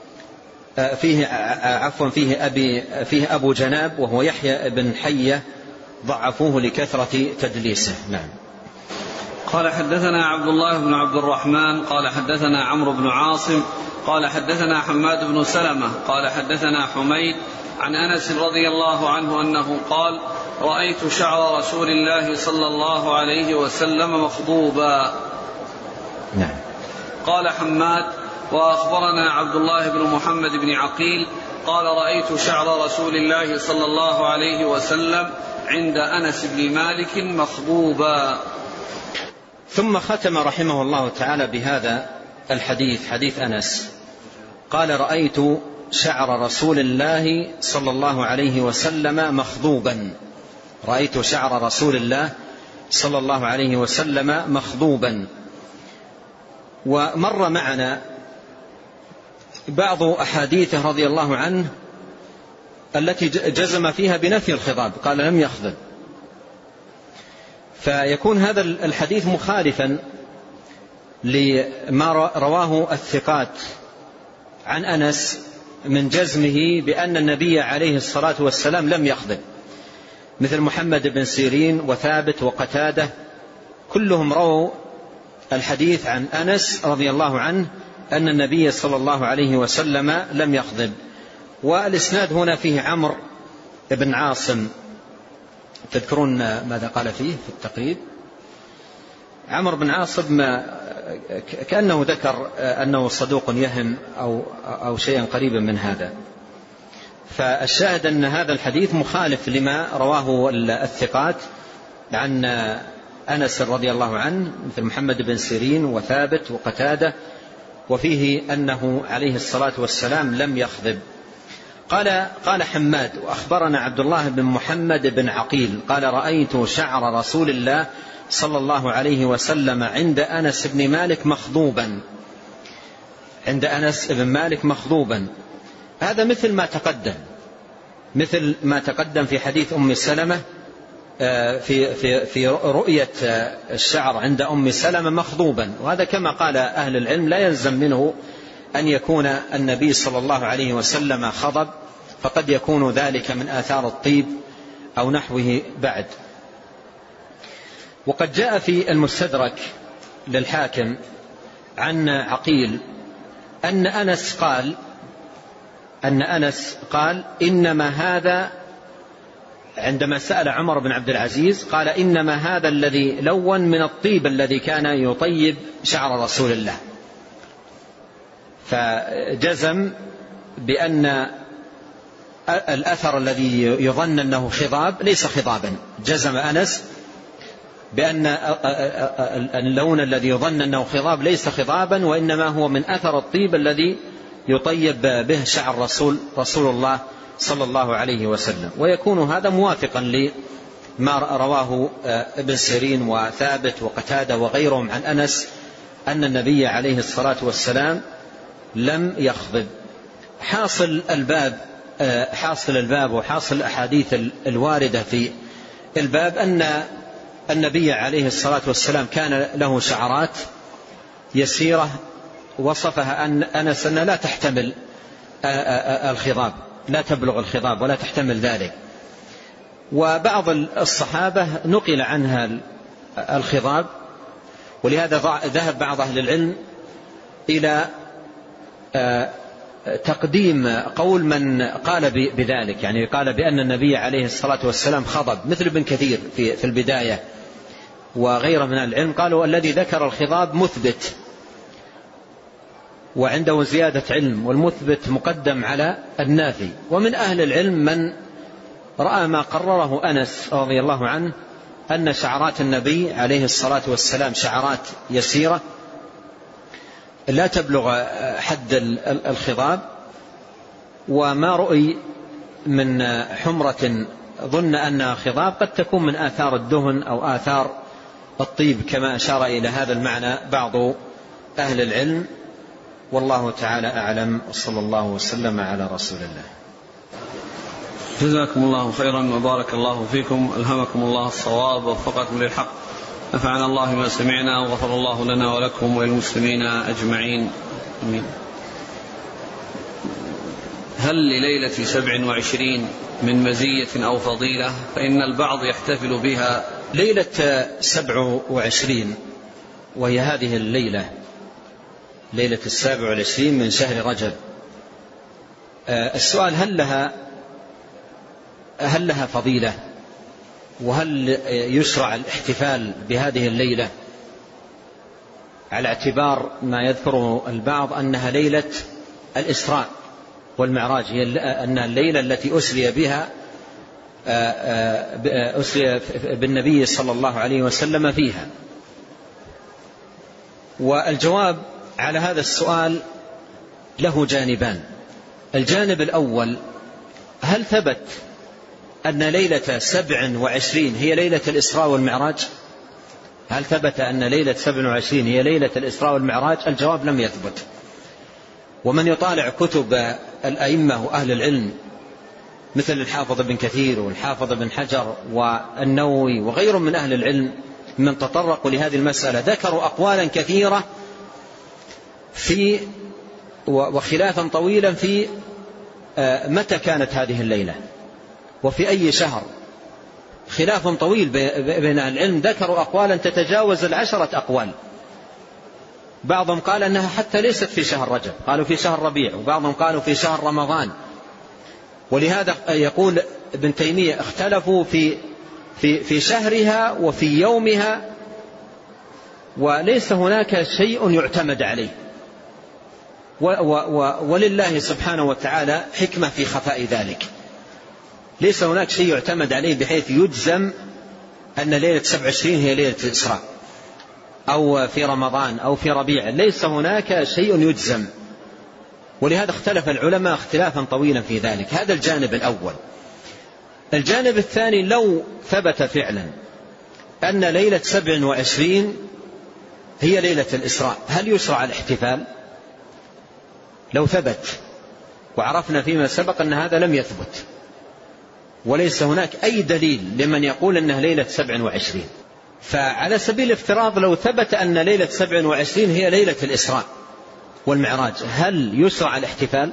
فيه أبو جناب وهو يحيى بن حية، ضعفوه لكثرة تدليسه. نعم. قال حدثنا عبد الله بن عبد الرحمن قال حدثنا عمرو بن عاصم قال حدثنا حماد بن سلمة قال حدثنا حميد عن أنس رضي الله عنه أنه قال: رأيت شعر رسول الله صلى الله عليه وسلم مخضوبا. نعم. قال حماد: وأخبرنا عبد الله بن محمد بن عقيل قال: رأيت شعر رسول الله صلى الله عليه وسلم عند أنس بن مالك مخضوبا. ثم ختم رحمه الله تعالى بهذا الحديث، حديث أنس، قال: رأيت شعر رسول الله صلى الله عليه وسلم مخضوبا. رأيت شعر رسول الله صلى الله عليه وسلم مخضوبا. ومر معنا بعض أحاديثه رضي الله عنه التي جزم فيها بنفي الخضاب، قال لم يخضب. فيكون هذا الحديث مخالفا لما رواه الثقات عن أنس من جزمه بأن النبي عليه الصلاة والسلام لم يخضب، مثل محمد بن سيرين وثابت وقتادة، كلهم رووا الحديث عن أنس رضي الله عنه أن النبي صلى الله عليه وسلم لم يخضب. والإسناد هنا فيه عمرو بن عاصم، تذكرون ماذا قال فيه في التقريب؟ عمرو بن عاصم كأنه ذكر أنه صدوق يهم أو شيئا قريبا من هذا. فالشاهد أن هذا الحديث مخالف لما رواه الثقات عن أنس رضي الله عنه، مثل محمد بن سيرين وثابت وقتادة، وفيه أنه عليه الصلاة والسلام لم يخضب. قال حماد: وأخبرنا عبد الله بن محمد بن عقيل قال: رأيت شعر رسول الله صلى الله عليه وسلم عند أنس بن مالك مخضوبا. عند أنس بن مالك مخضوبا. هذا مثل ما تقدم في حديث أم سلمة في رؤية الشعر عند أم سلمة مخضوبا. وهذا كما قال أهل العلم لا يلزم منه أن يكون النبي صلى الله عليه وسلم خضب، فقد يكون ذلك من آثار الطيب أو نحوه بعد. وقد جاء في المستدرك للحاكم عن عقيل أن أنس قال إنما هذا، عندما سأل عمر بن عبد العزيز قال إنما هذا الذي لون من الطيب الذي كان يطيب شعر رسول الله، فجزم بأن الأثر الذي يظن أنه خضاب ليس خضابا. جزم أنس بأن اللون الذي يظن أنه خضاب ليس خضابا، وإنما هو من أثر الطيب الذي يطيب به شعر رسول الله صلى الله عليه وسلم. ويكون هذا موافقا لما رواه ابن سيرين وثابت وقتادة وغيرهم عن أنس أن النبي عليه الصلاة والسلام لم يخضب. حاصل الباب وحاصل الأحاديث الواردة في الباب أن النبي عليه الصلاة والسلام كان له شعرات يسيرة وصفها أنس أنها لا تحتمل الخضاب، لا تبلغ الخضاب ولا تحتمل ذلك. وبعض الصحابة نقل عنها الخضاب، ولهذا ذهب بعض أهل العلم إلى تقديم قول من قال بذلك، يعني قال بأن النبي عليه الصلاة والسلام خضب، مثل ابن كثير في البداية وغيره من العلم قالوا الذي ذكر الخضاب مثبت وعنده زيادة علم، والمثبت مقدم على النافي. ومن أهل العلم من رأى ما قرره أنس رضي الله عنه أن شعرات النبي عليه الصلاة والسلام شعرات يسيرة لا تبلغ حد الخضاب، وما رؤي من حمرة ظن أنها خضاب قد تكون من آثار الدهن أو آثار الطيب، كما أشار إلى هذا المعنى بعض أهل العلم. والله تعالى أعلم، وصلى الله وسلم على رسول الله. جزاكم الله خيرا وبارك الله فيكم، ألهمكم الله الصواب ووفقكم للحق، نفعنا الله ما سمعنا وغفر الله لنا ولكم وللمسلمين أجمعين، آمين. هل لليلة 27 من مزية أو فضيلة؟ فإن البعض يحتفل بها. ليلة 27 وهي هذه الليلة، ليلة 27 من شهر رجب. السؤال هل لها فضيلة، وهل يشرع الاحتفال بهذه الليلة على اعتبار ما يذكره البعض أنها ليلة الإسراء والمعراج، هي أنها الليلة التي أسري بها أسري بالنبي صلى الله عليه وسلم فيها. والجواب على هذا السؤال له جانبان. الجانب الأول، هل ثبت أن ليلة 27 هي ليلة الإسراء والمعراج؟ هل ثبت أن ليلة 27 هي ليلة الإسراء والمعراج؟ الجواب لم يثبت. ومن يطالع كتب الأئمة وأهل العلم مثل الحافظ بن كثير والحافظ بن حجر والنووي وغيرهم من أهل العلم من تطرقوا لهذه المسألة ذكروا أقوالا كثيرة وخلافا طويلا في متى كانت هذه الليلة وفي أي شهر. خلاف طويل بين أهل العلم، ذكروا أقوالا تتجاوز 10 أقوال. بعضهم قال أنها حتى ليست في شهر رجب، قالوا في شهر ربيع، وبعضهم قالوا في شهر رمضان. ولهذا يقول ابن تيمية اختلفوا في شهرها وفي يومها، وليس هناك شيء يعتمد عليه. ولله سبحانه وتعالى حكمة في خفاء ذلك. ليس هناك شيء يعتمد عليه بحيث يجزم أن ليلة 27 هي ليلة الإسراء أو في رمضان أو في ربيع، ليس هناك شيء يجزم. ولهذا اختلف العلماء اختلافا طويلا في ذلك. هذا الجانب الأول. الجانب الثاني، لو ثبت فعلا أن ليلة 27 هي ليلة الإسراء، هل يشرع الاحتفال؟ لو ثبت، وعرفنا فيما سبق أن هذا لم يثبت، وليس هناك أي دليل لمن يقول أنها ليلة 27. فعلى سبيل الافتراض لو ثبت أن ليلة 27 هي ليلة الإسراء، والمعراج هل يشرع الاحتفال؟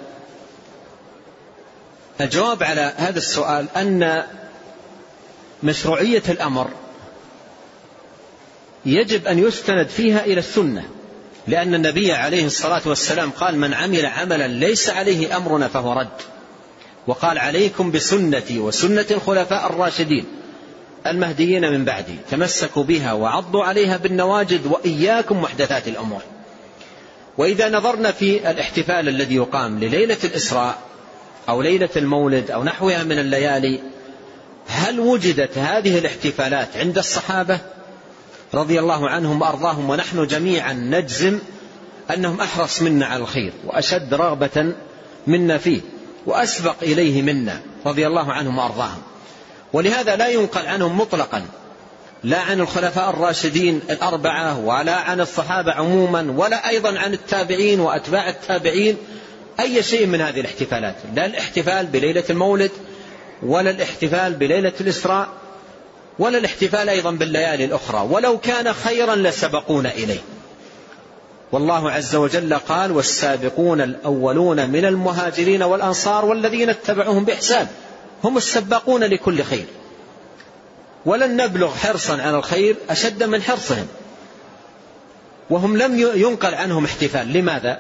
الجواب على هذا السؤال أن مشروعية الأمر يجب أن يستند فيها إلى السنة، لأن النبي عليه الصلاة والسلام قال: من عمل عملا ليس عليه أمرنا فهو رد. وقال: عليكم بسنتي وسنة الخلفاء الراشدين المهديين من بعدي، تمسكوا بها وعضوا عليها بالنواجذ وإياكم محدثات الأمور. وإذا نظرنا في الاحتفال الذي يقام لليلة الإسراء أو ليلة المولد أو نحوها من الليالي، هل وجدت هذه الاحتفالات عند الصحابة رضي الله عنهم وأرضاهم؟ ونحن جميعا نجزم أنهم أحرص منا على الخير وأشد رغبة منا فيه وأسبق إليه منا رضي الله عنهم وأرضاهم. ولهذا لا ينقل عنهم مطلقا، لا عن الخلفاء الراشدين الأربعة ولا عن الصحابة عموما ولا أيضا عن التابعين وأتباع التابعين أي شيء من هذه الاحتفالات، لا الاحتفال بليلة المولد ولا الاحتفال بليلة الإسراء ولا الاحتفال أيضا بالليالي الأخرى، ولو كان خيرا لسبقونا إليه. والله عز وجل قال: والسابقون الأولون من المهاجرين والأنصار والذين اتبعوهم بإحسان هم السباقون لكل خير. ولن نبلغ حرصا على الخير أشد من حرصهم، وهم لم ينقل عنهم احتفال. لماذا؟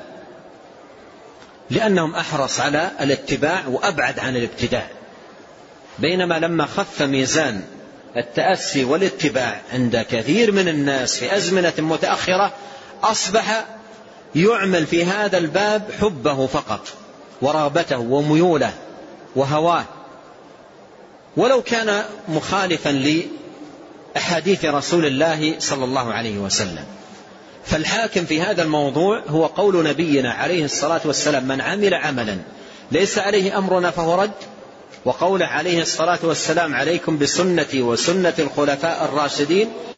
لأنهم أحرص على الاتباع وأبعد عن الابتداع. بينما لما خف ميزان التأسي والاتباع عند كثير من الناس في أزمنة متأخرة، أصبح يعمل في هذا الباب حبه فقط ورغبته وميوله وهواه، ولو كان مخالفا لأحاديث رسول الله صلى الله عليه وسلم. فالحاكم في هذا الموضوع هو قول نبينا عليه الصلاة والسلام: من عمل عملا ليس عليه أمرنا فهو رد. وقوله عليه الصلاة والسلام: عليكم بسنتي وسنة الخلفاء الراشدين